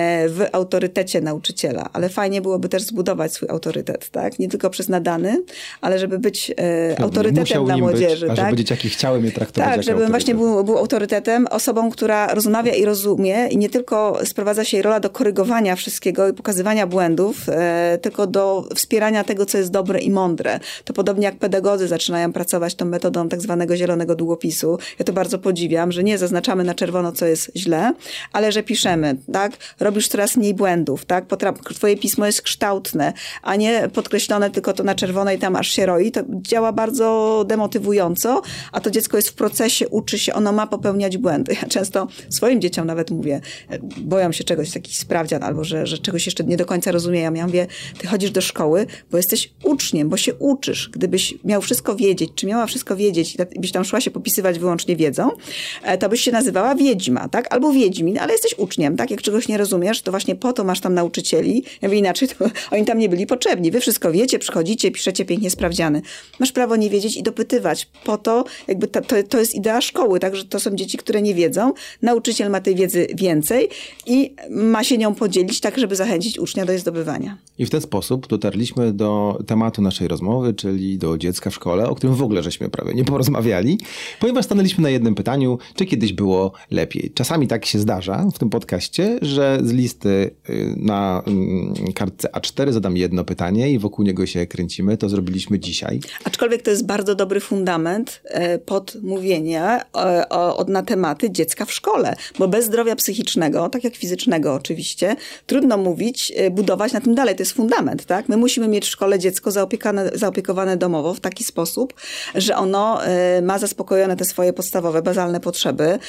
w autorytecie nauczyciela, ale fajnie byłoby też zbudować swój autorytet, tak? Nie tylko przez nadany, ale żeby być no, autorytetem dla młodzieży. Być, a tak? żeby dzieciaki chciały mnie traktować tak, jako żebym autorytet. właśnie był, był autorytetem, osobą, która rozmawia i rozumie i nie tylko sprowadza się jej rola do korygowania wszystkiego i pokazywania błędów, e, tylko do wspierania tego, co jest dobre i mądre. To podobnie jak pedagodzy zaczynają pracować tą metodą tak zwanego zielonego długopisu. Ja to bardzo podziwiam, że nie zaznaczamy na czerwono, co jest źle, ale że piszemy, tak? Robisz coraz mniej błędów, tak? Potra- twoje pismo jest kształtne, a nie podkreślone tylko to na czerwono i tam aż się roi. To działa bardzo demotywująco, a to dziecko jest w procesie, uczy się, ono ma popełniać błędy. Ja często swoim dzieciom nawet mówię, boją się czegoś, jakiś sprawdzian, albo że, że czegoś jeszcze nie do końca rozumieją. Ja mówię, ty chodzisz do szkoły, bo jesteś uczniem, bo się uczysz. Gdybyś miał wszystko wiedzieć, czy miała wszystko wiedzieć i byś tam szła się popisywać wyłącznie wiedzą, to byś się nazywała wiedźma, tak? Albo wiedźmin, ale jesteś uczniem, tak? Jak czegoś nie rozumiesz, to właśnie po to masz tam nauczycieli. Ja mówię, inaczej to oni tam nie byli potrzebni. Wy wszystko wiecie, przychodzicie, piszecie pięknie sprawdziany. Masz prawo nie wiedzieć i dopytywać. Po to, jakby to, to, to jest idea szkoły, tak? Że to są dzieci, które nie wiedzą. Nauczyciel ma tej wiedzy więcej i ma się nią podzielić tak, żeby zachęcić ucznia do jej zdobywania. I w ten sposób dotarliśmy do tematu naszej rozmowy, czyli do dziecka w szkole, o którym w ogóle żeśmy prawie nie porozmawiali, ponieważ stanęliśmy na jednym pytaniu, czy kiedyś było lepiej. Czasami tak się zdarza w tym podcaście, że z listy na kartce A cztery zadam jedno pytanie i wokół niego się kręcimy. To zrobiliśmy dzisiaj. Aczkolwiek to jest bardzo dobry fundament pod mówienie o, o, na tematy dziecka w szkole, bo bez zdrowia psychicznego, tak jak fizycznego oczywiście, trudno mówić, budować na tym dalej. To jest fundament, tak? My musimy mieć w szkole dziecko zaopiekane, zaopiekowane domowo w taki sposób, że ono ma zaspokojone te swoje podstawowe, bazalne potrzeby,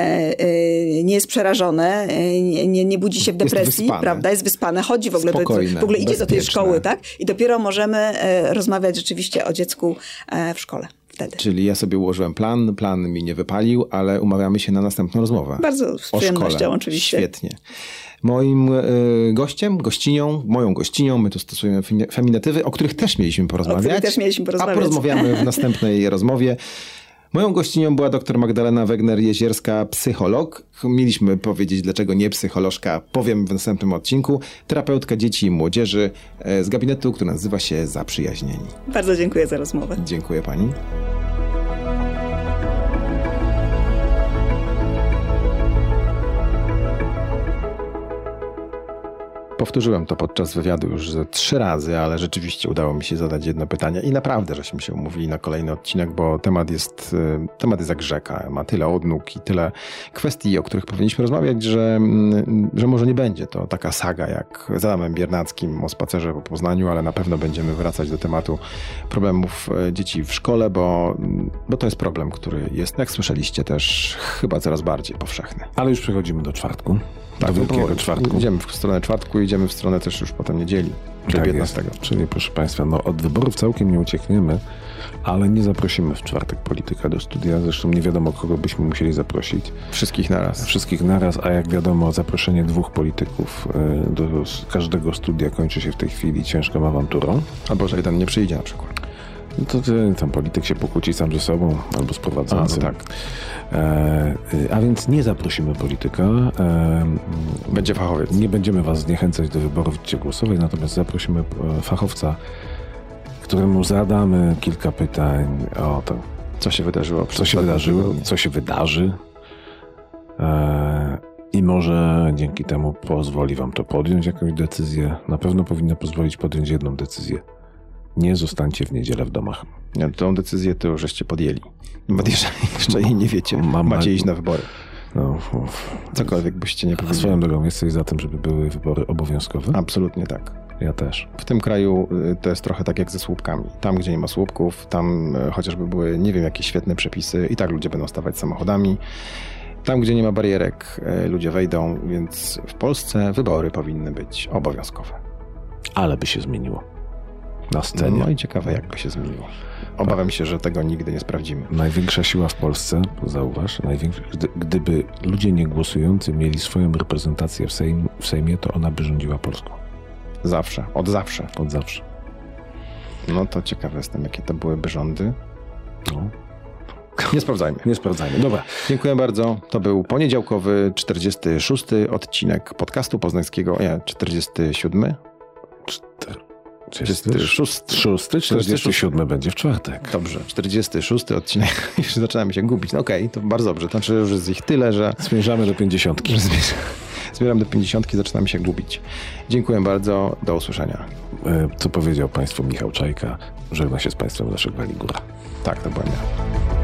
nie jest przerażone, nie, nie budzi się w depresji, jest prawda? Jest wyspane, chodzi w ogóle, Spokojne, do, w ogóle idzie bezpieczne. do tej szkoły, tak? I dopiero możemy rozmawiać rzeczywiście o dziecku w szkole. Wtedy. Czyli ja sobie ułożyłem plan, plan mi nie wypalił, ale umawiamy się na następną rozmowę. Bardzo z przyjemnością oczywiście. Świetnie. Moim y, gościem, gościnią, moją gościnią, my tu stosujemy feminatywy, o których też mieliśmy porozmawiać. O których też mieliśmy porozmawiać. A porozmawiamy w następnej rozmowie. Moją gościnią była dr Magdalena Wegner-Jezierska, psycholog. Mieliśmy powiedzieć, dlaczego nie psycholożka, powiem w następnym odcinku. Terapeutka dzieci i młodzieży z gabinetu, który nazywa się Zaprzyjaźnieni. Bardzo dziękuję za rozmowę. Dziękuję pani. Powtórzyłem to podczas wywiadu już ze trzy razy, ale rzeczywiście udało mi się zadać jedno pytanie i naprawdę, żeśmy się umówili na kolejny odcinek, bo temat jest, temat jest jak rzeka. Ma tyle odnóg i tyle kwestii, o których powinniśmy rozmawiać, że, że może nie będzie to taka saga jak z Adamem Biernackim o spacerze po Poznaniu, ale na pewno będziemy wracać do tematu problemów dzieci w szkole, bo, bo to jest problem, który jest, jak słyszeliście, też chyba coraz bardziej powszechny. Ale już przechodzimy do czwartku. Tak, do Wielkiego Czwartku. Idziemy w stronę czwartku, idziemy w stronę też już potem niedzieli, czyli tak piętnastego. Jest. Czyli proszę Państwa, no od wyborów całkiem nie uciekniemy, ale nie zaprosimy w czwartek polityka do studia. Zresztą nie wiadomo, kogo byśmy musieli zaprosić. Wszystkich naraz. Wszystkich naraz, a jak wiadomo, zaproszenie dwóch polityków do każdego studia kończy się w tej chwili ciężką awanturą. Albo że jeden nie przyjdzie na przykład. No to tam polityk się pokłóci sam ze sobą albo z prowadzącym. A, no tak. E, a więc nie zaprosimy polityka. E, Będzie fachowiec. Nie będziemy was zniechęcać do wyborów w głosowej, natomiast zaprosimy fachowca, któremu zadamy kilka pytań o to, co się wydarzyło. Co się wydarzyło, tygodnie. co się wydarzy. E, I może dzięki temu pozwoli wam to podjąć jakąś decyzję. Na pewno powinno pozwolić podjąć jedną decyzję. Nie zostańcie w niedzielę w domach. Nie, tą decyzję to już żeście podjęli. Jeżeli jeszcze jej nie wiecie, Mam, macie iść na wybory. No, Cokolwiek byście nie powiedzieli. Swoją drogą jesteś za tym, żeby były wybory obowiązkowe? Absolutnie tak. Ja też. W tym kraju to jest trochę tak jak ze słupkami. Tam, gdzie nie ma słupków, tam chociażby były nie wiem jakie świetne przepisy, i tak ludzie będą stawać samochodami. Tam, gdzie nie ma barierek, ludzie wejdą, więc w Polsce wybory powinny być obowiązkowe. Ale by się zmieniło. Na scenie. No i ciekawe, jakby się zmieniło. Obawiam się, że tego nigdy nie sprawdzimy. Największa siła w Polsce, zauważ, największa, gdy, gdyby ludzie niegłosujący mieli swoją reprezentację w, Sejm, w Sejmie, to ona by rządziła Polską. Zawsze, od zawsze. Od zawsze. No to ciekawe jestem, jakie to byłyby rządy. No. Nie sprawdzajmy. Nie sprawdzajmy. Dobra. Dziękuję bardzo. To był poniedziałkowy czterdziesty szósty odcinek podcastu poznańskiego. Nie, czterdziesty siódmy? czterdziesty szósty. czterdziesty siódmy będzie w czwartek. Dobrze, czterdziesty szósty odcinek. Już zaczynamy się gubić. No okej, okay, to bardzo dobrze. To znaczy, już jest ich tyle, że... Zmierzamy do pięćdziesiątki. Zbieram do pięćdziesiątki, zaczynamy się gubić. Dziękuję bardzo. Do usłyszenia. Co powiedział Państwu Michał Czajka? Żegna się z Państwem Leszek Waligura. Tak, to byłem ja.